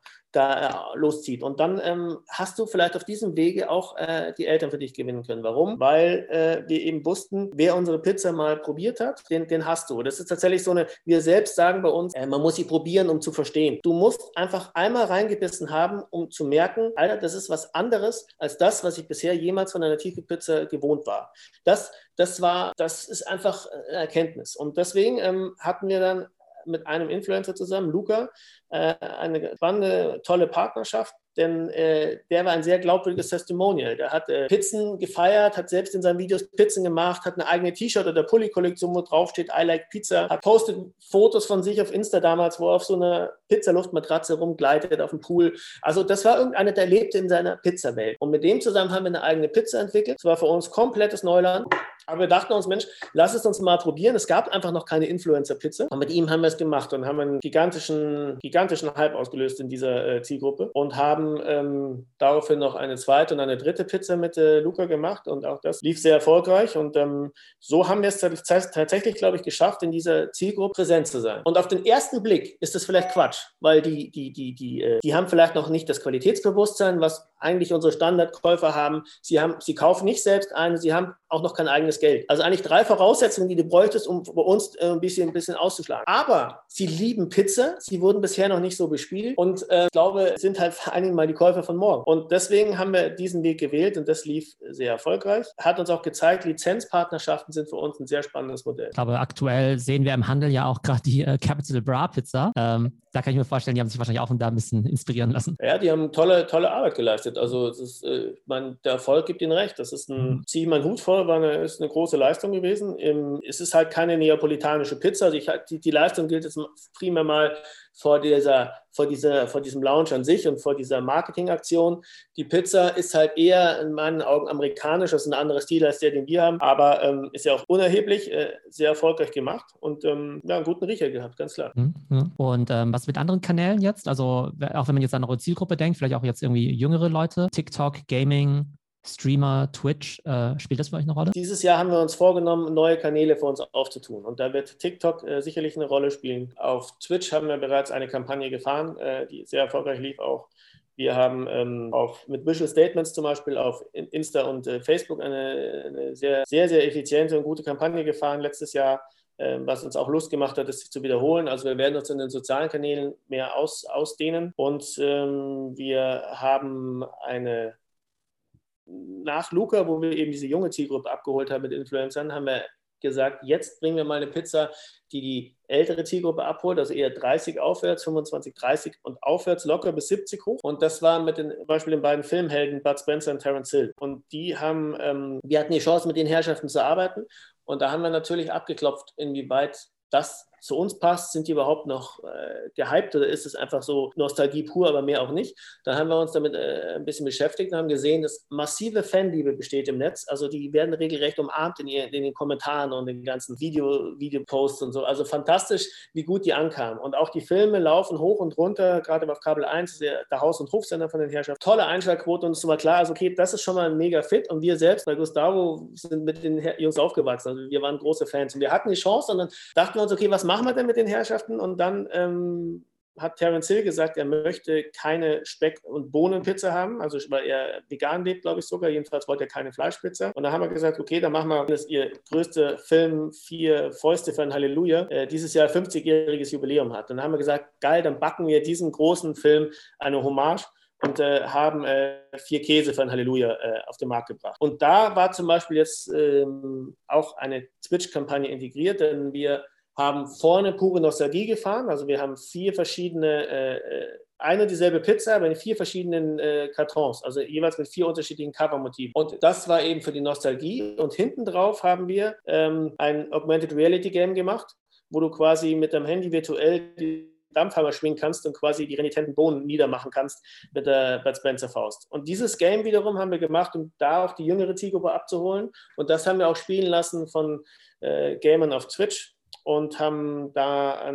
da loszieht. Und dann hast du vielleicht auf diesem Wege auch die Eltern für dich gewinnen können. Warum? Weil wir eben wussten, wer unsere Pizza mal probiert hat, den hast du. Das ist tatsächlich so wir selbst sagen bei uns, man muss sie probieren, um zu verstehen. Du musst einfach einmal reingebissen haben, um zu merken, Alter, das ist was anderes als das, was ich bisher jemals von einer Tiefkühlpizza gewohnt war. Das ist einfach eine Erkenntnis. Und deswegen hatten wir dann mit einem Influencer zusammen, Luca, eine spannende, tolle Partnerschaft, denn der war ein sehr glaubwürdiges Testimonial. Der hat Pizzen gefeiert, hat selbst in seinen Videos Pizzen gemacht, hat eine eigene T-Shirt- oder Pulli-Kollektion, wo drauf steht, I like Pizza, hat postet Fotos von sich auf Insta damals, wo er auf so einer Pizzaluftmatratze rumgleitet auf dem Pool. Also das war irgendeiner, der lebte in seiner Pizzawelt. Und mit dem zusammen haben wir eine eigene Pizza entwickelt. Das war für uns komplettes Neuland. Aber wir dachten uns, Mensch, lass es uns mal probieren. Es gab einfach noch keine Influencer-Pizza. Und mit ihm haben wir es gemacht und haben einen gigantischen Hype ausgelöst in dieser Zielgruppe und haben daraufhin noch eine zweite und eine dritte Pizza mit Luca gemacht. Und auch das lief sehr erfolgreich. Und so haben wir es tatsächlich, glaube ich, geschafft, in dieser Zielgruppe präsent zu sein. Und auf den ersten Blick ist das vielleicht Quatsch, weil die haben vielleicht noch nicht das Qualitätsbewusstsein, was eigentlich unsere Standardkäufer haben. Sie kaufen nicht selbst ein, sie haben auch noch kein eigenes Geld. Also eigentlich 3 Voraussetzungen, die du bräuchtest, um bei uns ein bisschen auszuschlagen. Aber sie lieben Pizza, sie wurden bisher noch nicht so bespielt und ich glaube, sind halt vor allen Dingen mal die Käufer von morgen. Und deswegen haben wir diesen Weg gewählt und das lief sehr erfolgreich. Hat uns auch gezeigt, Lizenzpartnerschaften sind für uns ein sehr spannendes Modell. Ich glaube, aktuell sehen wir im Handel ja auch gerade die Capital Bra Pizza. Da kann ich mir vorstellen, die haben sich wahrscheinlich auch da ein bisschen inspirieren lassen. Ja, die haben tolle Arbeit geleistet. Also der Erfolg gibt ihnen recht. Das ist ziehe ich meinen Hut vor, ist eine große Leistung gewesen. Es ist halt keine neapolitanische Pizza. Also die Leistung gilt jetzt primär mal vor diesem Launch an sich und vor dieser Marketingaktion. Die Pizza ist halt eher in meinen Augen amerikanisch, das ist ein anderer Stil als der, den wir haben, aber ist ja auch unerheblich, sehr erfolgreich gemacht und einen guten Riecher gehabt, ganz klar. Und was mit anderen Kanälen jetzt? Also auch wenn man jetzt an eure Zielgruppe denkt, vielleicht auch jetzt irgendwie jüngere Leute, TikTok, Gaming, Streamer, Twitch, spielt das für euch eine Rolle? Dieses Jahr haben wir uns vorgenommen, neue Kanäle für uns aufzutun. Und da wird TikTok sicherlich eine Rolle spielen. Auf Twitch haben wir bereits eine Kampagne gefahren, die sehr erfolgreich lief auch. Wir haben mit Visual Statements zum Beispiel auf Insta und Facebook eine sehr, sehr, sehr effiziente und gute Kampagne gefahren letztes Jahr, was uns auch Lust gemacht hat, das zu wiederholen. Also wir werden uns in den sozialen Kanälen mehr ausdehnen. Und wir haben nach Luca, wo wir eben diese junge Zielgruppe abgeholt haben mit Influencern, haben wir gesagt, jetzt bringen wir mal eine Pizza, die ältere Zielgruppe abholt, also eher 30 aufwärts, 25, 30 und aufwärts locker bis 70 hoch. Und das war mit zum Beispiel den beiden Filmhelden Bud Spencer und Terence Hill. Und wir hatten die Chance, mit den Herrschaften zu arbeiten. Und da haben wir natürlich abgeklopft, inwieweit das zu uns passt. Sind die überhaupt noch gehypt oder ist es einfach so Nostalgie pur, aber mehr auch nicht? Dann haben wir uns damit ein bisschen beschäftigt und haben gesehen, dass massive Fanliebe besteht im Netz. Also die werden regelrecht umarmt in den Kommentaren und den ganzen Videoposts und so. Also fantastisch, wie gut die ankamen. Und auch die Filme laufen hoch und runter, gerade auf Kabel 1, der Haus- und Hofsender von den Herrschaften. Tolle Einschaltquote und es war klar, also okay, das ist schon mal ein mega Fit. Und wir selbst bei Gustavo sind mit den Jungs aufgewachsen. Also wir waren große Fans und wir hatten die Chance und dann dachten wir uns, okay, was machen wir denn mit den Herrschaften? Und dann hat Terence Hill gesagt, er möchte keine Speck- und Bohnenpizza haben, also weil er vegan lebt, glaube ich sogar. Jedenfalls wollte er keine Fleischpizza. Und da haben wir gesagt, okay, dann machen wir, das ist ihr größter Film, 4 Fäuste für ein Halleluja, dieses Jahr 50-jähriges Jubiläum hat. Und dann haben wir gesagt, geil, dann backen wir diesem großen Film eine Hommage und haben 4 Käse für ein Halleluja auf den Markt gebracht. Und da war zum Beispiel jetzt auch eine Twitch-Kampagne integriert, denn wir haben vorne pure Nostalgie gefahren. Also wir haben 4 verschiedene, eine dieselbe Pizza, aber in 4 verschiedenen Kartons, also jeweils mit 4 unterschiedlichen Covermotiven. Und das war eben für die Nostalgie. Und hinten drauf haben wir ein Augmented Reality Game gemacht, wo du quasi mit deinem Handy virtuell die Dampfhammer schwingen kannst und quasi die renitenten Bohnen niedermachen kannst mit der Bud Spencer Faust. Und dieses Game wiederum haben wir gemacht, um da auch die jüngere Zielgruppe abzuholen. Und das haben wir auch spielen lassen von Gamern auf Twitch. Und haben da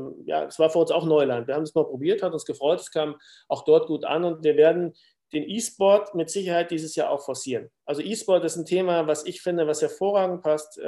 es war für uns auch Neuland. Wir haben es mal probiert, hat uns gefreut, es kam auch dort gut an und wir werden den E-Sport mit Sicherheit dieses Jahr auch forcieren. Also E-Sport ist ein Thema, was ich finde, was hervorragend passt.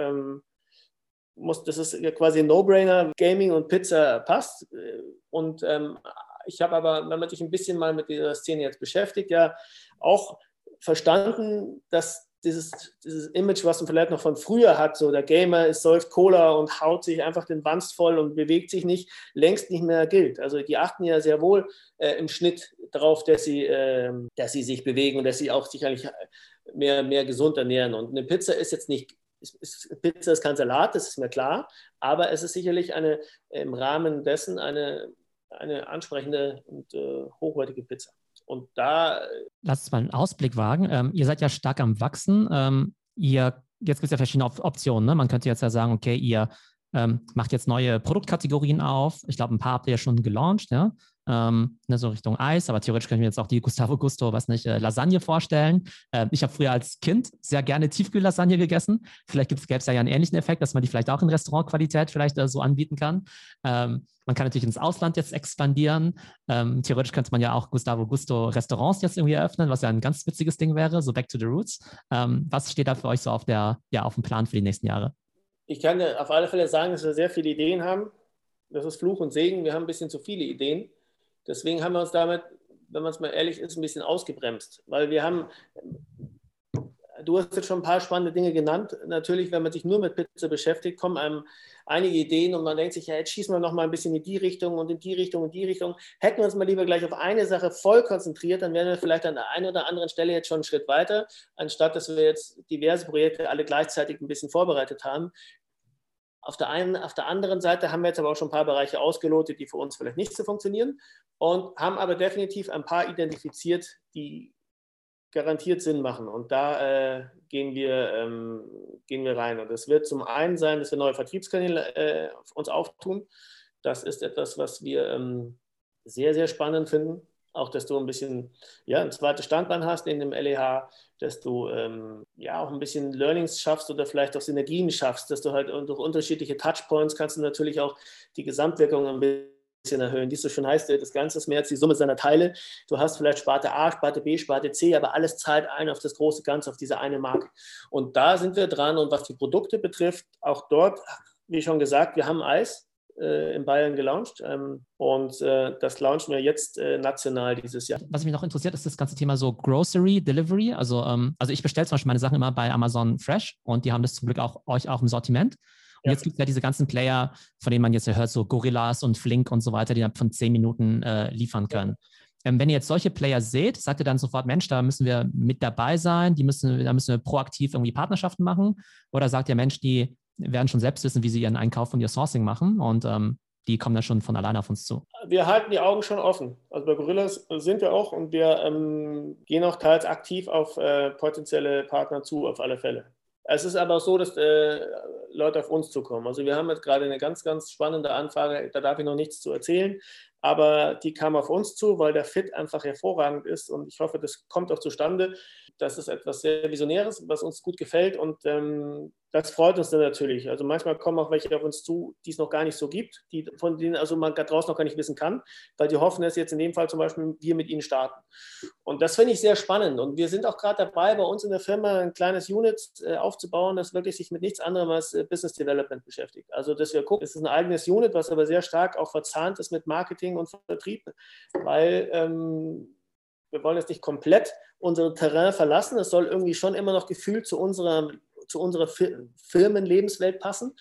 Das ist ja quasi ein No-Brainer. Gaming und Pizza passt. Und ich habe aber, wenn man sich ein bisschen mal mit dieser Szene jetzt beschäftigt, ja auch verstanden, dass dieses Image, was man vielleicht noch von früher hat, so der Gamer säuft Cola und haut sich einfach den Wanst voll und bewegt sich nicht, längst nicht mehr gilt. Also die achten ja sehr wohl im Schnitt darauf, dass sie sich bewegen und dass sie auch sicherlich mehr gesund ernähren. Und eine Pizza ist jetzt nicht, Pizza ist kein Salat, das ist mir klar, aber es ist sicherlich im Rahmen dessen eine ansprechende und hochwertige Pizza. Und da. Lasst uns mal einen Ausblick wagen. Ihr seid ja stark am Wachsen. Jetzt gibt es ja verschiedene Optionen. Ne? Man könnte jetzt ja sagen, okay, ihr macht jetzt neue Produktkategorien auf. Ich glaube, ein paar habt ihr ja schon gelauncht, ja? So Richtung Eis, aber theoretisch können wir jetzt auch die Gustavo Gusto, Lasagne vorstellen. Ich habe früher als Kind sehr gerne Tiefkühllasagne gegessen. Vielleicht gäbe es ja einen ähnlichen Effekt, dass man die vielleicht auch in Restaurantqualität vielleicht so anbieten kann. Man kann natürlich ins Ausland jetzt expandieren. Theoretisch könnte man ja auch Gustavo Gusto Restaurants jetzt irgendwie eröffnen, was ja ein ganz witziges Ding wäre, so back to the roots. Was steht da für euch so auf dem Plan für die nächsten Jahre? Ich kann ja auf alle Fälle sagen, dass wir sehr viele Ideen haben. Das ist Fluch und Segen. Wir haben ein bisschen zu viele Ideen. Deswegen haben wir uns damit, wenn man es mal ehrlich ist, ein bisschen ausgebremst. Weil du hast jetzt schon ein paar spannende Dinge genannt. Natürlich, wenn man sich nur mit Pizza beschäftigt, kommen einem einige Ideen und man denkt sich, ja, jetzt schießen wir noch mal ein bisschen in die Richtung und in die Richtung und die Richtung. Hätten wir uns mal lieber gleich auf eine Sache voll konzentriert, dann wären wir vielleicht an der einen oder anderen Stelle jetzt schon einen Schritt weiter, anstatt dass wir jetzt diverse Projekte alle gleichzeitig ein bisschen vorbereitet haben. Auf der anderen Seite haben wir jetzt aber auch schon ein paar Bereiche ausgelotet, die für uns vielleicht nicht so funktionieren und haben aber definitiv ein paar identifiziert, die garantiert Sinn machen. Und da gehen wir rein. Und es wird zum einen sein, dass wir neue Vertriebskanäle uns auftun. Das ist etwas, was wir sehr, sehr spannend finden. Auch, dass du ein bisschen ein zweites Standbein hast in dem LEH, dass du auch ein bisschen Learnings schaffst oder vielleicht auch Synergien schaffst, dass du halt durch unterschiedliche Touchpoints kannst du natürlich auch die Gesamtwirkung ein bisschen erhöhen. Wie es so schon heißt, das Ganze ist mehr als die Summe seiner Teile. Du hast vielleicht Sparte A, Sparte B, Sparte C, aber alles zahlt ein auf das große Ganze, auf diese eine Marke. Und da sind wir dran. Und was die Produkte betrifft, auch dort, wie schon gesagt, wir haben Eis in Bayern gelauncht und das launchen wir jetzt national dieses Jahr. Was mich noch interessiert, ist das ganze Thema so Grocery Delivery. Also ich bestelle zum Beispiel meine Sachen immer bei Amazon Fresh und die haben das zum Glück euch auch im Sortiment. Und jetzt gibt es ja diese ganzen Player, von denen man jetzt ja hört, so Gorillas und Flink und so weiter, die dann von 10 Minuten liefern können. Wenn ihr jetzt solche Player seht, sagt ihr dann sofort, Mensch, da müssen wir mit dabei sein, da müssen wir proaktiv irgendwie Partnerschaften machen? Oder sagt ihr, Mensch, die werden schon selbst wissen, wie sie ihren Einkauf und ihr Sourcing machen und die kommen dann schon von alleine auf uns zu? Wir halten die Augen schon offen. Also bei Gorillas sind wir auch und wir gehen auch teils aktiv auf potenzielle Partner zu, auf alle Fälle. Es ist aber auch so, dass Leute auf uns zukommen. Also wir haben jetzt gerade eine ganz, ganz spannende Anfrage, da darf ich noch nichts zu erzählen, aber die kam auf uns zu, weil der Fit einfach hervorragend ist und ich hoffe, das kommt auch zustande. Das ist etwas sehr Visionäres, was uns gut gefällt und das freut uns dann natürlich. Also manchmal kommen auch welche auf uns zu, die es noch gar nicht so gibt, von denen also man da draußen noch gar nicht wissen kann, weil die hoffen, dass jetzt in dem Fall zum Beispiel wir mit ihnen starten. Und das finde ich sehr spannend. Und wir sind auch gerade dabei, bei uns in der Firma ein kleines Unit aufzubauen, das wirklich sich mit nichts anderem als Business Development beschäftigt. Also dass wir gucken, es ist ein eigenes Unit, was aber sehr stark auch verzahnt ist mit Marketing und Vertrieb, weil wir wollen jetzt nicht komplett unser Terrain verlassen. Es soll irgendwie schon immer noch gefühlt zu unserer Firmenlebenswelt passen.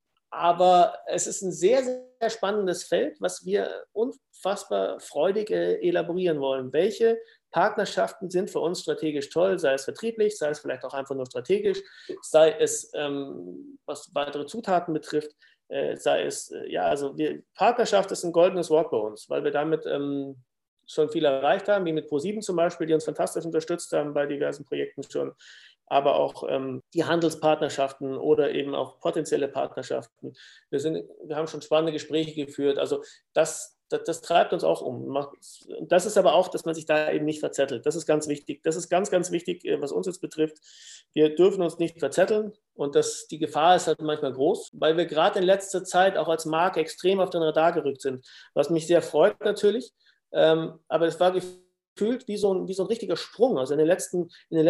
Aber es ist ein sehr, sehr spannendes Feld, was wir unfassbar freudig elaborieren wollen. Welche Partnerschaften sind für uns strategisch toll, sei es vertrieblich, sei es vielleicht auch einfach nur strategisch, sei es, was weitere Zutaten betrifft, sei es, Partnerschaft ist ein goldenes Wort bei uns, weil wir damit schon viel erreicht haben, wie mit ProSieben zum Beispiel, die uns fantastisch unterstützt haben bei diversen Projekten schon, aber auch die Handelspartnerschaften oder eben auch potenzielle Partnerschaften. Wir haben schon spannende Gespräche geführt, also das treibt uns auch um. Das ist aber auch, dass man sich da eben nicht verzettelt. Das ist ganz wichtig. Das ist ganz, ganz wichtig, was uns jetzt betrifft. Wir dürfen uns nicht verzetteln und die Gefahr ist halt manchmal groß, weil wir gerade in letzter Zeit auch als Marke extrem auf den Radar gerückt sind, was mich sehr freut natürlich. Aber es war gefühlt wie so ein richtiger Sprung. Also in den letzten,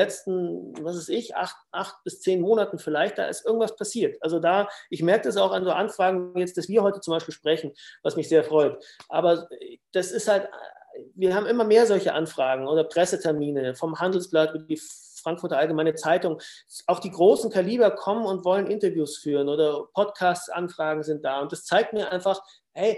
was weiß ich, 8 bis 10 Monaten vielleicht, da ist irgendwas passiert. Also ich merke das auch an so Anfragen jetzt, dass wir heute zum Beispiel sprechen, was mich sehr freut. Aber das ist halt, wir haben immer mehr solche Anfragen oder Pressetermine vom Handelsblatt, die Frankfurter Allgemeine Zeitung, auch die großen Kaliber kommen und wollen Interviews führen oder Podcast-Anfragen sind da. Und das zeigt mir einfach, hey,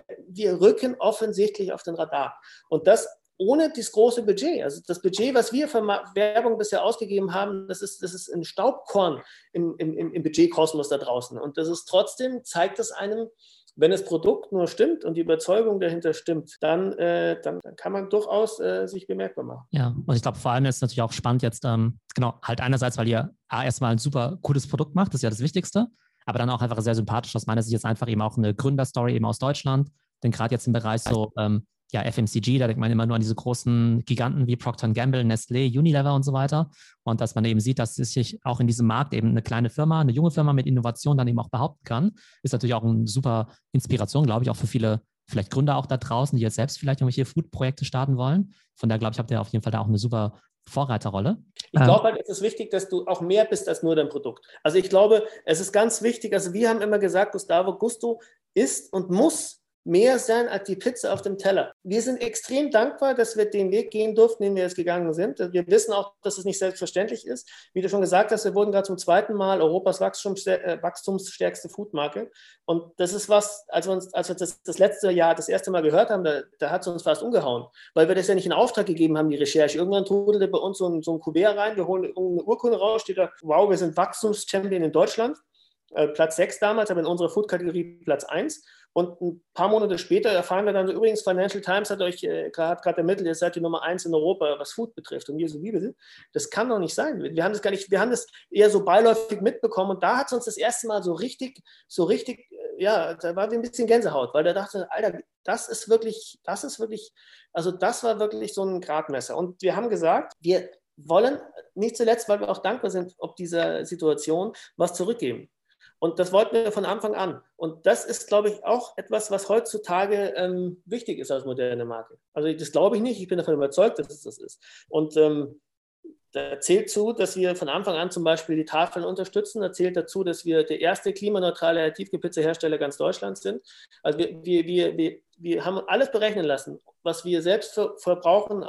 wir rücken offensichtlich auf den Radar. Und das ohne das große Budget. Also das Budget, was wir für Werbung bisher ausgegeben haben, das ist ein Staubkorn im Budgetkosmos da draußen. Und das ist trotzdem, zeigt es einem, wenn das Produkt nur stimmt und die Überzeugung dahinter stimmt, dann kann man durchaus sich bemerkbar machen. Ja, und ich glaube, vor allem ist es natürlich auch spannend jetzt, halt einerseits, weil ihr erstmal ein super cooles Produkt macht, das ist ja das Wichtigste, aber dann auch einfach sehr sympathisch aus meiner Sicht jetzt einfach eben auch eine Gründerstory eben aus Deutschland, denn gerade jetzt im Bereich so FMCG, da denkt man immer nur an diese großen Giganten wie Procter & Gamble, Nestlé, Unilever und so weiter. Und dass man eben sieht, dass sich auch in diesem Markt eben eine kleine Firma, eine junge Firma mit Innovation dann eben auch behaupten kann, ist natürlich auch eine super Inspiration, glaube ich, auch für viele vielleicht Gründer auch da draußen, die jetzt selbst vielleicht irgendwelche Food-Projekte starten wollen. Von daher, glaube ich, habt ihr auf jeden Fall da auch eine super Vorreiterrolle. Ich glaube halt, es ist wichtig, dass du auch mehr bist als nur dein Produkt. Also ich glaube, es ist ganz wichtig, also wir haben immer gesagt, Gustavo, Gusto ist und muss mehr sein als die Pizza auf dem Teller. Wir sind extrem dankbar, dass wir den Weg gehen durften, den wir jetzt gegangen sind. Wir wissen auch, dass es nicht selbstverständlich ist. Wie du schon gesagt hast, wir wurden gerade zum 2. Mal Europas wachstumsstärkste Foodmarke. Und das ist was, als wir das letzte Jahr das erste Mal gehört haben, da hat es uns fast umgehauen, weil wir das ja nicht in Auftrag gegeben haben, die Recherche. Irgendwann trudelte bei uns so ein Kuvert rein, wir holen eine Urkunde raus, steht da, wow, wir sind Wachstumschampion in Deutschland. Platz 6 damals, aber in unserer Food-Kategorie Platz 1. Und ein paar Monate später erfahren wir dann so, übrigens, Financial Times hat gerade ermittelt, ihr seid die Nummer 1 in Europa, was Food betrifft. Und wir so, wie bitte? Das kann doch nicht sein. Wir haben das eher so beiläufig mitbekommen. Und da hat es uns das erste Mal so richtig, da war wir ein bisschen Gänsehaut, weil da dachte, Alter, das war wirklich so ein Gradmesser. Und wir haben gesagt, wir wollen nicht zuletzt, weil wir auch dankbar sind, ob dieser Situation was zurückgeben. Und das wollten wir von Anfang an. Und das ist, glaube ich, auch etwas, was heutzutage wichtig ist als moderne Marke. Also das glaube ich nicht, ich bin davon überzeugt, dass es das ist. Und da zählt zu, dass wir von Anfang an zum Beispiel die Tafeln unterstützen. Da zählt dazu, dass wir der erste klimaneutrale Tiefkühlpizza-Hersteller ganz Deutschlands sind. Also wir haben alles berechnen lassen, was wir selbst verbrauchen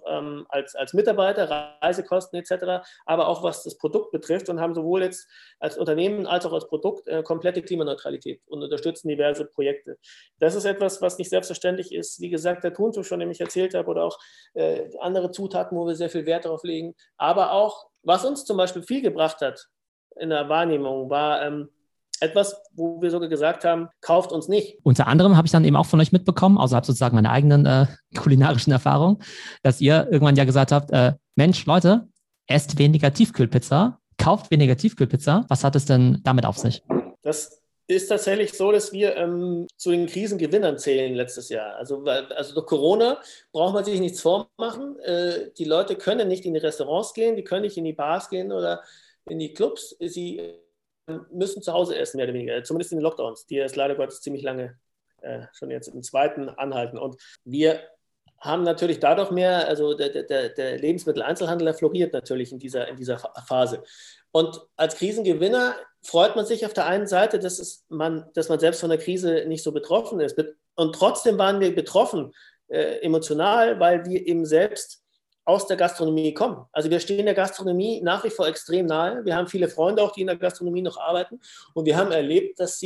als Mitarbeiter, Reisekosten etc., aber auch was das Produkt betrifft und haben sowohl jetzt als Unternehmen als auch als Produkt komplette Klimaneutralität und unterstützen diverse Projekte. Das ist etwas, was nicht selbstverständlich ist. Wie gesagt, der Thunfisch, von dem ich erzählt habe, oder auch andere Zutaten, wo wir sehr viel Wert darauf legen. Aber auch, was uns zum Beispiel viel gebracht hat in der Wahrnehmung, war etwas, wo wir sogar gesagt haben, kauft uns nicht. Unter anderem habe ich dann eben auch von euch mitbekommen, außerhalb sozusagen meiner eigenen kulinarischen Erfahrung, dass ihr irgendwann ja gesagt habt, Mensch, Leute, esst weniger Tiefkühlpizza, kauft weniger Tiefkühlpizza. Was hat es denn damit auf sich? Das ist tatsächlich so, dass wir zu den Krisengewinnern zählen letztes Jahr. Also durch Corona braucht man sich nichts vormachen. Die Leute können nicht in die Restaurants gehen, die können nicht in die Bars gehen oder in die Clubs. Sie müssen zu Hause essen, mehr oder weniger, zumindest in den Lockdowns, die jetzt leider Gottes ziemlich lange schon jetzt im zweiten anhalten. Und wir haben natürlich dadurch mehr, also der Lebensmitteleinzelhandel floriert natürlich in dieser Phase. Und als Krisengewinner freut man sich auf der einen Seite, dass man selbst von der Krise nicht so betroffen ist. Und trotzdem waren wir betroffen, emotional, weil wir eben selbst aus der Gastronomie kommen. Also wir stehen der Gastronomie nach wie vor extrem nahe. Wir haben viele Freunde auch, die in der Gastronomie noch arbeiten. Und wir haben erlebt, dass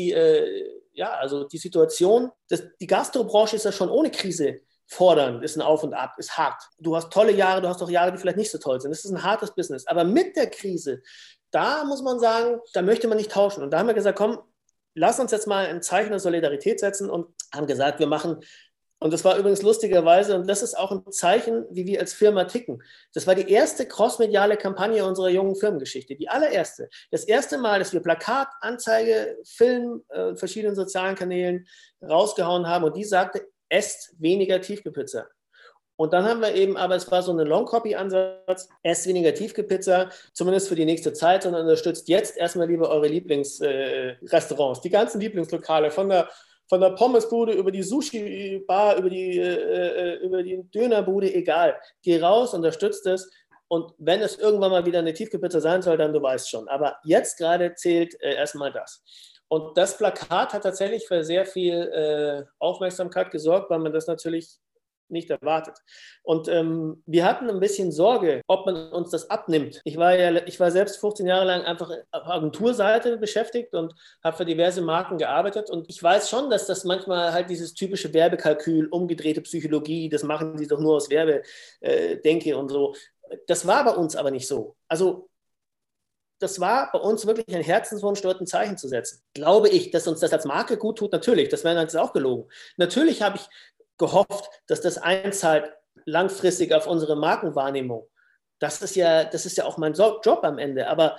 also die Situation, die Gastrobranche ist ja schon ohne Krise fordernd, ist ein Auf und Ab, ist hart. Du hast tolle Jahre, du hast auch Jahre, die vielleicht nicht so toll sind. Das ist ein hartes Business. Aber mit der Krise, da muss man sagen, da möchte man nicht tauschen. Und da haben wir gesagt, komm, lass uns jetzt mal ein Zeichen der Solidarität setzen und haben gesagt, wir machen. Und das war übrigens lustigerweise, und das ist auch ein Zeichen, wie wir als Firma ticken. Das war die erste crossmediale Kampagne unserer jungen Firmengeschichte, die allererste. Das erste Mal, dass wir Plakat, Anzeige, Film, verschiedenen sozialen Kanälen rausgehauen haben und die sagte, esst weniger Tiefkühlpizza. Und dann haben wir eben, aber es war so ein Long-Copy-Ansatz, esst weniger Tiefkühlpizza, zumindest für die nächste Zeit, sondern unterstützt jetzt erstmal lieber eure Lieblingsrestaurants, die ganzen Lieblingslokale, von der Pommesbude über die Sushi-Bar, über die Dönerbude, egal. Geh raus, unterstützt es. Und wenn es irgendwann mal wieder eine Tiefkühlpizza sein soll, dann du weißt schon. Aber jetzt gerade zählt erstmal das. Und das Plakat hat tatsächlich für sehr viel Aufmerksamkeit gesorgt, weil man das natürlich nicht erwartet. Und wir hatten ein bisschen Sorge, ob man uns das abnimmt. Ich war selbst 15 Jahre lang einfach auf Agenturseite beschäftigt und habe für diverse Marken gearbeitet. Und ich weiß schon, dass das manchmal halt dieses typische Werbekalkül, umgedrehte Psychologie, das machen sie doch nur aus Werbedenke und so. Das war bei uns aber nicht so. Also das war bei uns wirklich ein Herzenswunsch, dort ein Zeichen zu setzen. Glaube ich, dass uns das als Marke gut tut? Natürlich, das wäre jetzt auch gelogen. Natürlich habe ich gehofft, dass das einzahlt langfristig auf unsere Markenwahrnehmung. Das ist ja auch mein Job am Ende. Aber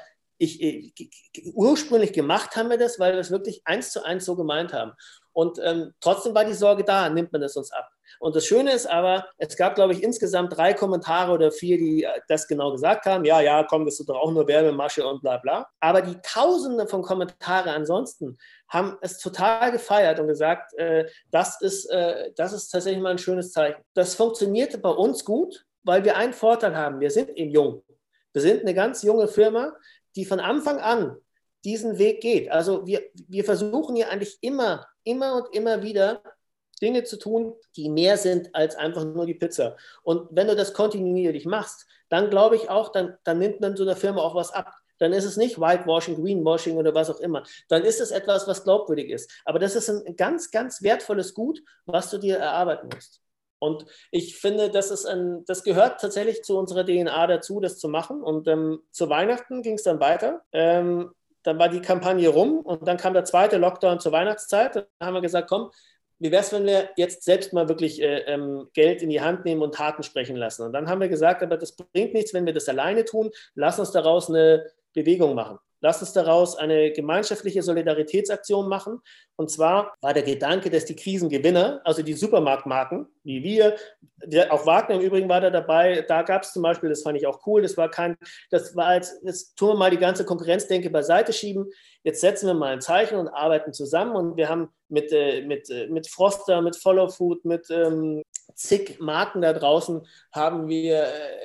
ursprünglich gemacht haben wir das, weil wir es wirklich 1:1 so gemeint haben. Und trotzdem war die Sorge da, nimmt man das uns ab. Und das Schöne ist aber, es gab, glaube ich, insgesamt 3 Kommentare oder 4, die das genau gesagt haben. Ja, komm, das ist doch auch nur Werbemasche und bla bla. Aber die Tausende von Kommentaren ansonsten haben es total gefeiert und gesagt, das ist tatsächlich mal ein schönes Zeichen. Das funktionierte bei uns gut, weil wir einen Vorteil haben. Wir sind eben jung. Wir sind eine ganz junge Firma, die von Anfang an diesen Weg geht. Also wir versuchen hier eigentlich immer und immer wieder Dinge zu tun, die mehr sind als einfach nur die Pizza. Und wenn du das kontinuierlich machst, dann glaube ich auch, dann nimmt man so einer Firma auch was ab. Dann ist es nicht Whitewashing, Greenwashing oder was auch immer. Dann ist es etwas, was glaubwürdig ist. Aber das ist ein ganz, ganz wertvolles Gut, was du dir erarbeiten musst. Und ich finde, das gehört tatsächlich zu unserer DNA dazu, das zu machen. Und zu Weihnachten ging es dann weiter. Dann war die Kampagne rum und dann kam der zweite Lockdown zur Weihnachtszeit. Dann haben wir gesagt, komm, wie wäre es, wenn wir jetzt selbst mal wirklich Geld in die Hand nehmen und Taten sprechen lassen? Und dann haben wir gesagt, aber das bringt nichts, wenn wir das alleine tun. Lass uns daraus eine Bewegung machen. Lass uns daraus eine gemeinschaftliche Solidaritätsaktion machen. Und zwar war der Gedanke, dass die Krisengewinner, also die Supermarktmarken, wie wir, auch Wagner im Übrigen war da dabei, da gab es zum Beispiel, das fand ich auch cool, jetzt tun wir mal die ganze Konkurrenzdenke beiseite schieben, jetzt setzen wir mal ein Zeichen und arbeiten zusammen und wir haben mit Froster, mit Follow Food, mit zig Marken da draußen haben wir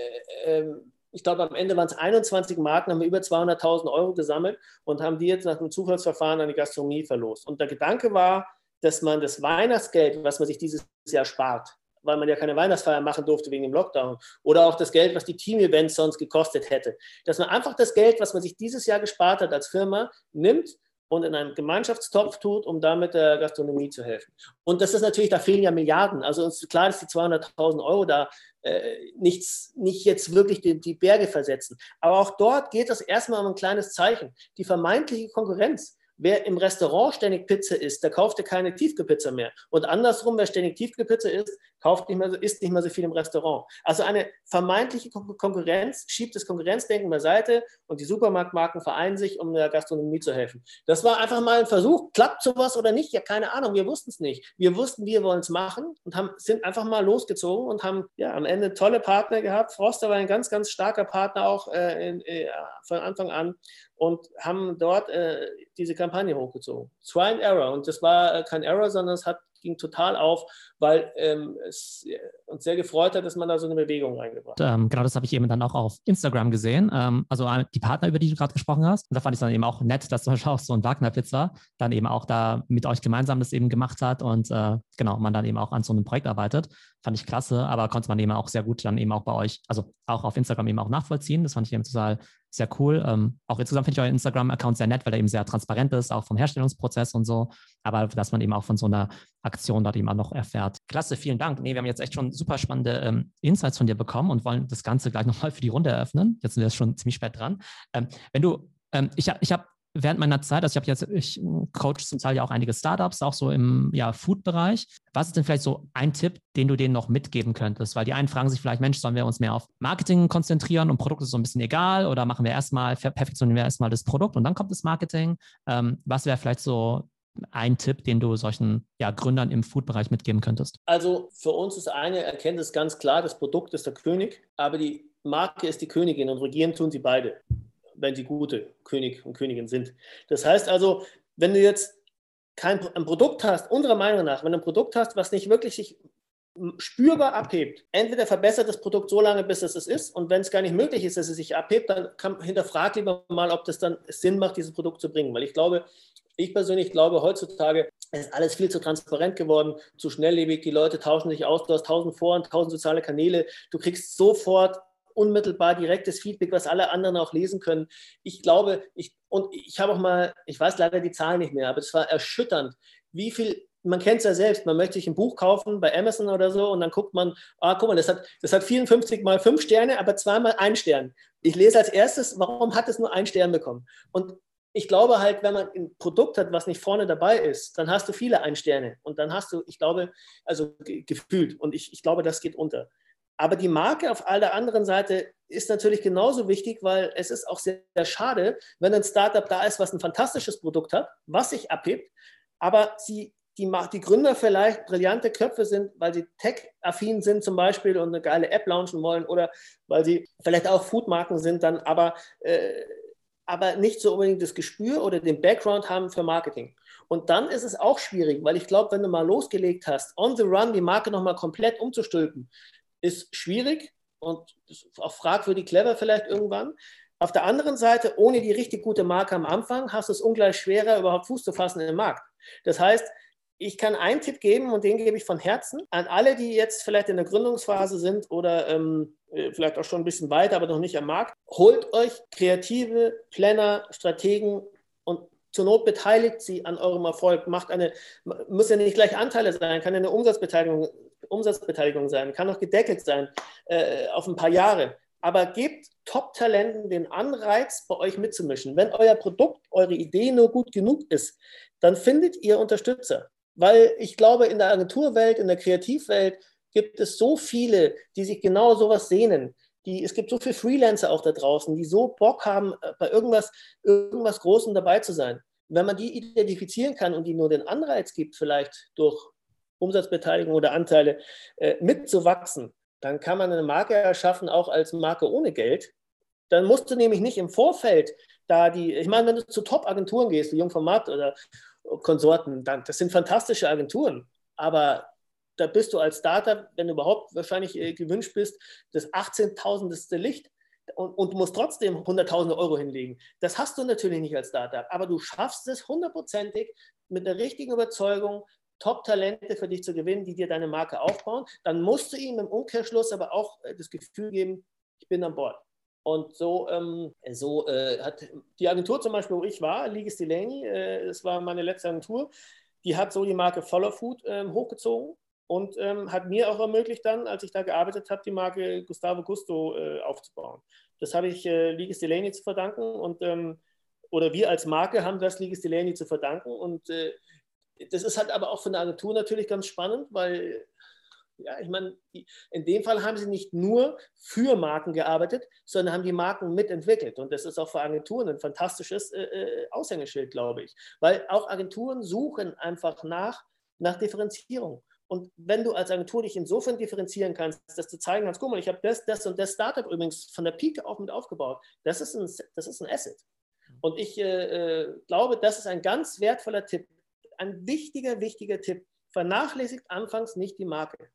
ich glaube, am Ende waren es 21 Marken, haben wir über 200.000 Euro gesammelt und haben die jetzt nach dem Zufallsverfahren an die Gastronomie verlost. Und der Gedanke war, dass man das Weihnachtsgeld, was man sich dieses Jahr spart, weil man ja keine Weihnachtsfeier machen durfte wegen dem Lockdown, oder auch das Geld, was die Team-Events sonst gekostet hätte, dass man einfach das Geld, was man sich dieses Jahr gespart hat als Firma, nimmt und in einen Gemeinschaftstopf tut, um damit der Gastronomie zu helfen. Und das ist natürlich, da fehlen ja Milliarden. Also uns ist klar, dass die 200.000 Euro da nicht jetzt wirklich die Berge versetzen. Aber auch dort geht es erstmal um ein kleines Zeichen. Die vermeintliche Konkurrenz. Wer im Restaurant ständig Pizza isst, der kauft ja keine Tiefkühlpizza mehr. Und andersrum, wer ständig Tiefkühlpizza isst, isst nicht mehr so viel im Restaurant. Also eine vermeintliche Konkurrenz schiebt das Konkurrenzdenken beiseite und die Supermarktmarken vereinen sich, um der Gastronomie zu helfen. Das war einfach mal ein Versuch. Klappt sowas oder nicht? Ja, keine Ahnung. Wir wussten es nicht. Wir wussten, wir wollen es machen und sind einfach mal losgezogen und haben ja am Ende tolle Partner gehabt. Froster war ein ganz, ganz starker Partner auch von Anfang an. Und haben dort diese Kampagne hochgezogen. Try and Error. Und das war kein Error, sondern es ging total auf, weil es uns sehr gefreut hat, dass man da so eine Bewegung reingebracht hat. Genau, das habe ich eben dann auch auf Instagram gesehen. Also die Partner, über die du gerade gesprochen hast. Und da fand ich es dann eben auch nett, dass zum Beispiel auch so ein Wagner Pizza dann eben auch da mit euch gemeinsam das eben gemacht hat und genau, man dann eben auch an so einem Projekt arbeitet. Fand ich klasse, aber konnte man eben auch sehr gut dann eben auch bei euch, also auch auf Instagram eben auch nachvollziehen. Das fand ich eben total sehr cool. Auch insgesamt finde ich euren Instagram-Account sehr nett, weil er eben sehr transparent ist, auch vom Herstellungsprozess und so. Aber dass man eben auch von so einer Aktion dort eben auch noch erfährt. Klasse, vielen Dank. Nee, wir haben jetzt echt schon super spannende Insights von dir bekommen und wollen das Ganze gleich nochmal für die Runde eröffnen. Jetzt sind wir schon ziemlich spät dran. Wenn du, ich habe während meiner Zeit, also ich coach zum Teil ja auch einige Startups, auch so im Food-Bereich. Was ist denn vielleicht so ein Tipp, den du denen noch mitgeben könntest? Weil die einen fragen sich vielleicht, Mensch, sollen wir uns mehr auf Marketing konzentrieren und Produkt ist so ein bisschen egal oder perfektionieren wir erstmal das Produkt und dann kommt das Marketing? Was wäre vielleicht so ein Tipp, den du solchen Gründern im Food-Bereich mitgeben könntest? Also für uns ist eine Erkenntnis ganz klar, das Produkt ist der König, aber die Marke ist die Königin und regieren tun sie beide, wenn sie gute König und Königin sind. Das heißt also, wenn du jetzt ein Produkt hast, unserer Meinung nach, wenn du ein Produkt hast, was nicht wirklich sich spürbar abhebt, entweder verbessert das Produkt so lange, bis es ist, und wenn es gar nicht möglich ist, dass es sich abhebt, dann hinterfrag lieber mal, ob das dann Sinn macht, dieses Produkt zu bringen. Weil ich persönlich glaube, heutzutage ist alles viel zu transparent geworden, zu schnelllebig, die Leute tauschen sich aus, du hast 1000 Foren, 1000 soziale Kanäle, du kriegst sofort unmittelbar direktes Feedback, was alle anderen auch lesen können. Ich glaube, ich habe auch mal, ich weiß leider die Zahlen nicht mehr, aber es war erschütternd, wie viel, man kennt es ja selbst, man möchte sich ein Buch kaufen bei Amazon oder so und dann guckt man, guck mal, das hat 54 mal 5 Sterne, aber 2 mal 1 Stern. Ich lese als erstes, warum hat es nur 1 Stern bekommen? Und ich glaube halt, wenn man ein Produkt hat, was nicht vorne dabei ist, dann hast du viele 1 Sterne und dann hast du, ich glaube, also gefühlt und ich glaube, das geht unter. Aber die Marke auf der anderen Seite ist natürlich genauso wichtig, weil es ist auch sehr, sehr schade, wenn ein Startup da ist, was ein fantastisches Produkt hat, was sich abhebt, aber die Gründer vielleicht brillante Köpfe sind, weil sie tech-affin sind zum Beispiel und eine geile App launchen wollen oder weil sie vielleicht auch Foodmarken sind, dann aber nicht so unbedingt das Gespür oder den Background haben für Marketing. Und dann ist es auch schwierig, weil ich glaube, wenn du mal losgelegt hast, on the run die Marke nochmal komplett umzustülpen, ist schwierig und auch fragwürdig clever vielleicht irgendwann. Auf der anderen Seite, ohne die richtig gute Marke am Anfang, hast du es ungleich schwerer, überhaupt Fuß zu fassen im Markt. Das heißt, ich kann einen Tipp geben und den gebe ich von Herzen an alle, die jetzt vielleicht in der Gründungsphase sind oder vielleicht auch schon ein bisschen weiter, aber noch nicht am Markt. Holt euch kreative Planner, Strategen und zur Not beteiligt sie an eurem Erfolg. Muss ja nicht gleich Anteile sein, kann ja eine Umsatzbeteiligung sein, kann auch gedeckelt sein auf ein paar Jahre. Aber gebt Top-Talenten den Anreiz, bei euch mitzumischen. Wenn euer Produkt, eure Idee nur gut genug ist, dann findet ihr Unterstützer. Weil ich glaube, in der Agenturwelt, in der Kreativwelt gibt es so viele, die sich genau sowas sehnen. es gibt so viele Freelancer auch da draußen, die so Bock haben, bei irgendwas Großem dabei zu sein. Wenn man die identifizieren kann und die nur den Anreiz gibt, vielleicht durch Umsatzbeteiligung oder Anteile mitzuwachsen, dann kann man eine Marke erschaffen, auch als Marke ohne Geld. Dann musst du nämlich nicht im Vorfeld ich meine, wenn du zu Top-Agenturen gehst, wie Jungformat oder Konsorten, das sind fantastische Agenturen, aber da bist du als Startup, wenn du überhaupt wahrscheinlich gewünscht bist, das 18.000. Licht und du musst trotzdem 100.000 Euro hinlegen. Das hast du natürlich nicht als Startup, aber du schaffst es 100%ig mit der richtigen Überzeugung, Top-Talente für dich zu gewinnen, die dir deine Marke aufbauen. Dann musst du ihnen im Umkehrschluss aber auch das Gefühl geben, ich bin an Bord. Und so hat die Agentur zum Beispiel, wo ich war, Legis Delaney, das war meine letzte Agentur, die hat so die Marke Follow Food hochgezogen und hat mir auch ermöglicht dann, als ich da gearbeitet habe, die Marke Gustavo Gusto aufzubauen. Das habe ich Legis Delaney zu verdanken oder wir als Marke haben das Legis Delaney zu verdanken und das ist halt aber auch für eine Agentur natürlich ganz spannend, weil ja, ich meine, in dem Fall haben sie nicht nur für Marken gearbeitet, sondern haben die Marken mitentwickelt. Und das ist auch für Agenturen ein fantastisches Aushängeschild, glaube ich. Weil auch Agenturen suchen einfach nach Differenzierung. Und wenn du als Agentur dich insofern differenzieren kannst, dass du zeigen kannst, guck mal, ich habe das und das Startup übrigens von der Pike auf mit aufgebaut, das ist ein Asset. Und ich glaube, das ist ein ganz wertvoller Tipp, ein wichtiger Tipp. Vernachlässigt anfangs nicht die Marke.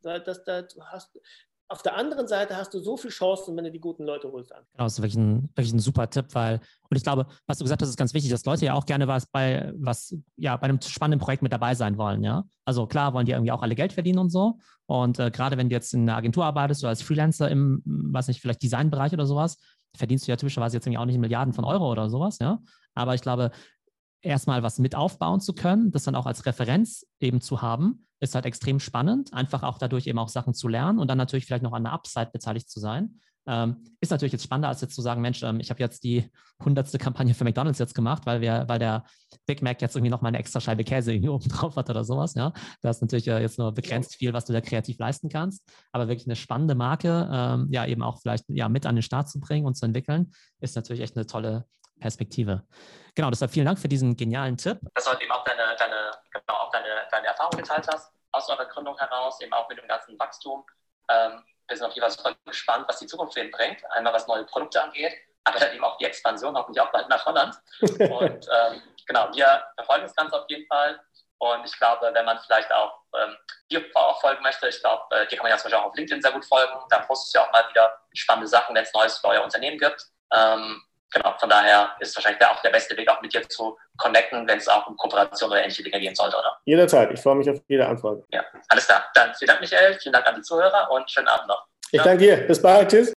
Auf der anderen Seite hast du so viele Chancen, wenn du die guten Leute holst an. Genau, das ist wirklich ein super Tipp, und ich glaube, was du gesagt hast, ist ganz wichtig, dass Leute ja auch gerne bei einem spannenden Projekt mit dabei sein wollen, ja. Also klar wollen die irgendwie auch alle Geld verdienen und so. Und gerade wenn du jetzt in einer Agentur arbeitest oder als Freelancer im, weiß nicht, vielleicht Designbereich oder sowas, verdienst du ja typischerweise jetzt irgendwie auch nicht Milliarden von Euro oder sowas, ja. Aber ich glaube, erstmal was mit aufbauen zu können, das dann auch als Referenz eben zu haben, ist halt extrem spannend, einfach auch dadurch eben auch Sachen zu lernen und dann natürlich vielleicht noch an der Upside beteiligt zu sein. Ist natürlich jetzt spannender, als jetzt zu sagen, Mensch, ich habe jetzt die 100. Kampagne für McDonald's jetzt gemacht, weil der Big Mac jetzt irgendwie noch mal eine extra Scheibe Käse irgendwie oben drauf hat oder sowas. Ja? Da ist natürlich jetzt nur begrenzt viel, was du da kreativ leisten kannst, aber wirklich eine spannende Marke, eben auch vielleicht mit an den Start zu bringen und zu entwickeln, ist natürlich echt eine tolle Perspektive. Genau, deshalb vielen Dank für diesen genialen Tipp. Dass du halt eben auch deine Erfahrung geteilt hast, aus eurer Gründung heraus, eben auch mit dem ganzen Wachstum. Wir sind auf jeden Fall super gespannt, was die Zukunft für ihn bringt. Einmal was neue Produkte angeht, aber dann eben auch die Expansion, hoffentlich auch bald nach Holland. Und wir verfolgen das Ganze auf jeden Fall. Und ich glaube, wenn man vielleicht auch dir auch folgen möchte, ich glaube, dir kann man ja zum Beispiel auch auf LinkedIn sehr gut folgen. Da postest du ja auch mal wieder spannende Sachen, wenn es Neues für euer Unternehmen gibt. Von daher ist wahrscheinlich auch der beste Weg, auch mit dir zu connecten, wenn es auch um Kooperation oder ähnliche Dinge gehen sollte, oder? Jederzeit. Ich freue mich auf jede Anfrage. Ja, alles klar. Dann vielen Dank, Michael. Vielen Dank an die Zuhörer und schönen Abend noch. Ich danke dir. Bis bald. Tschüss.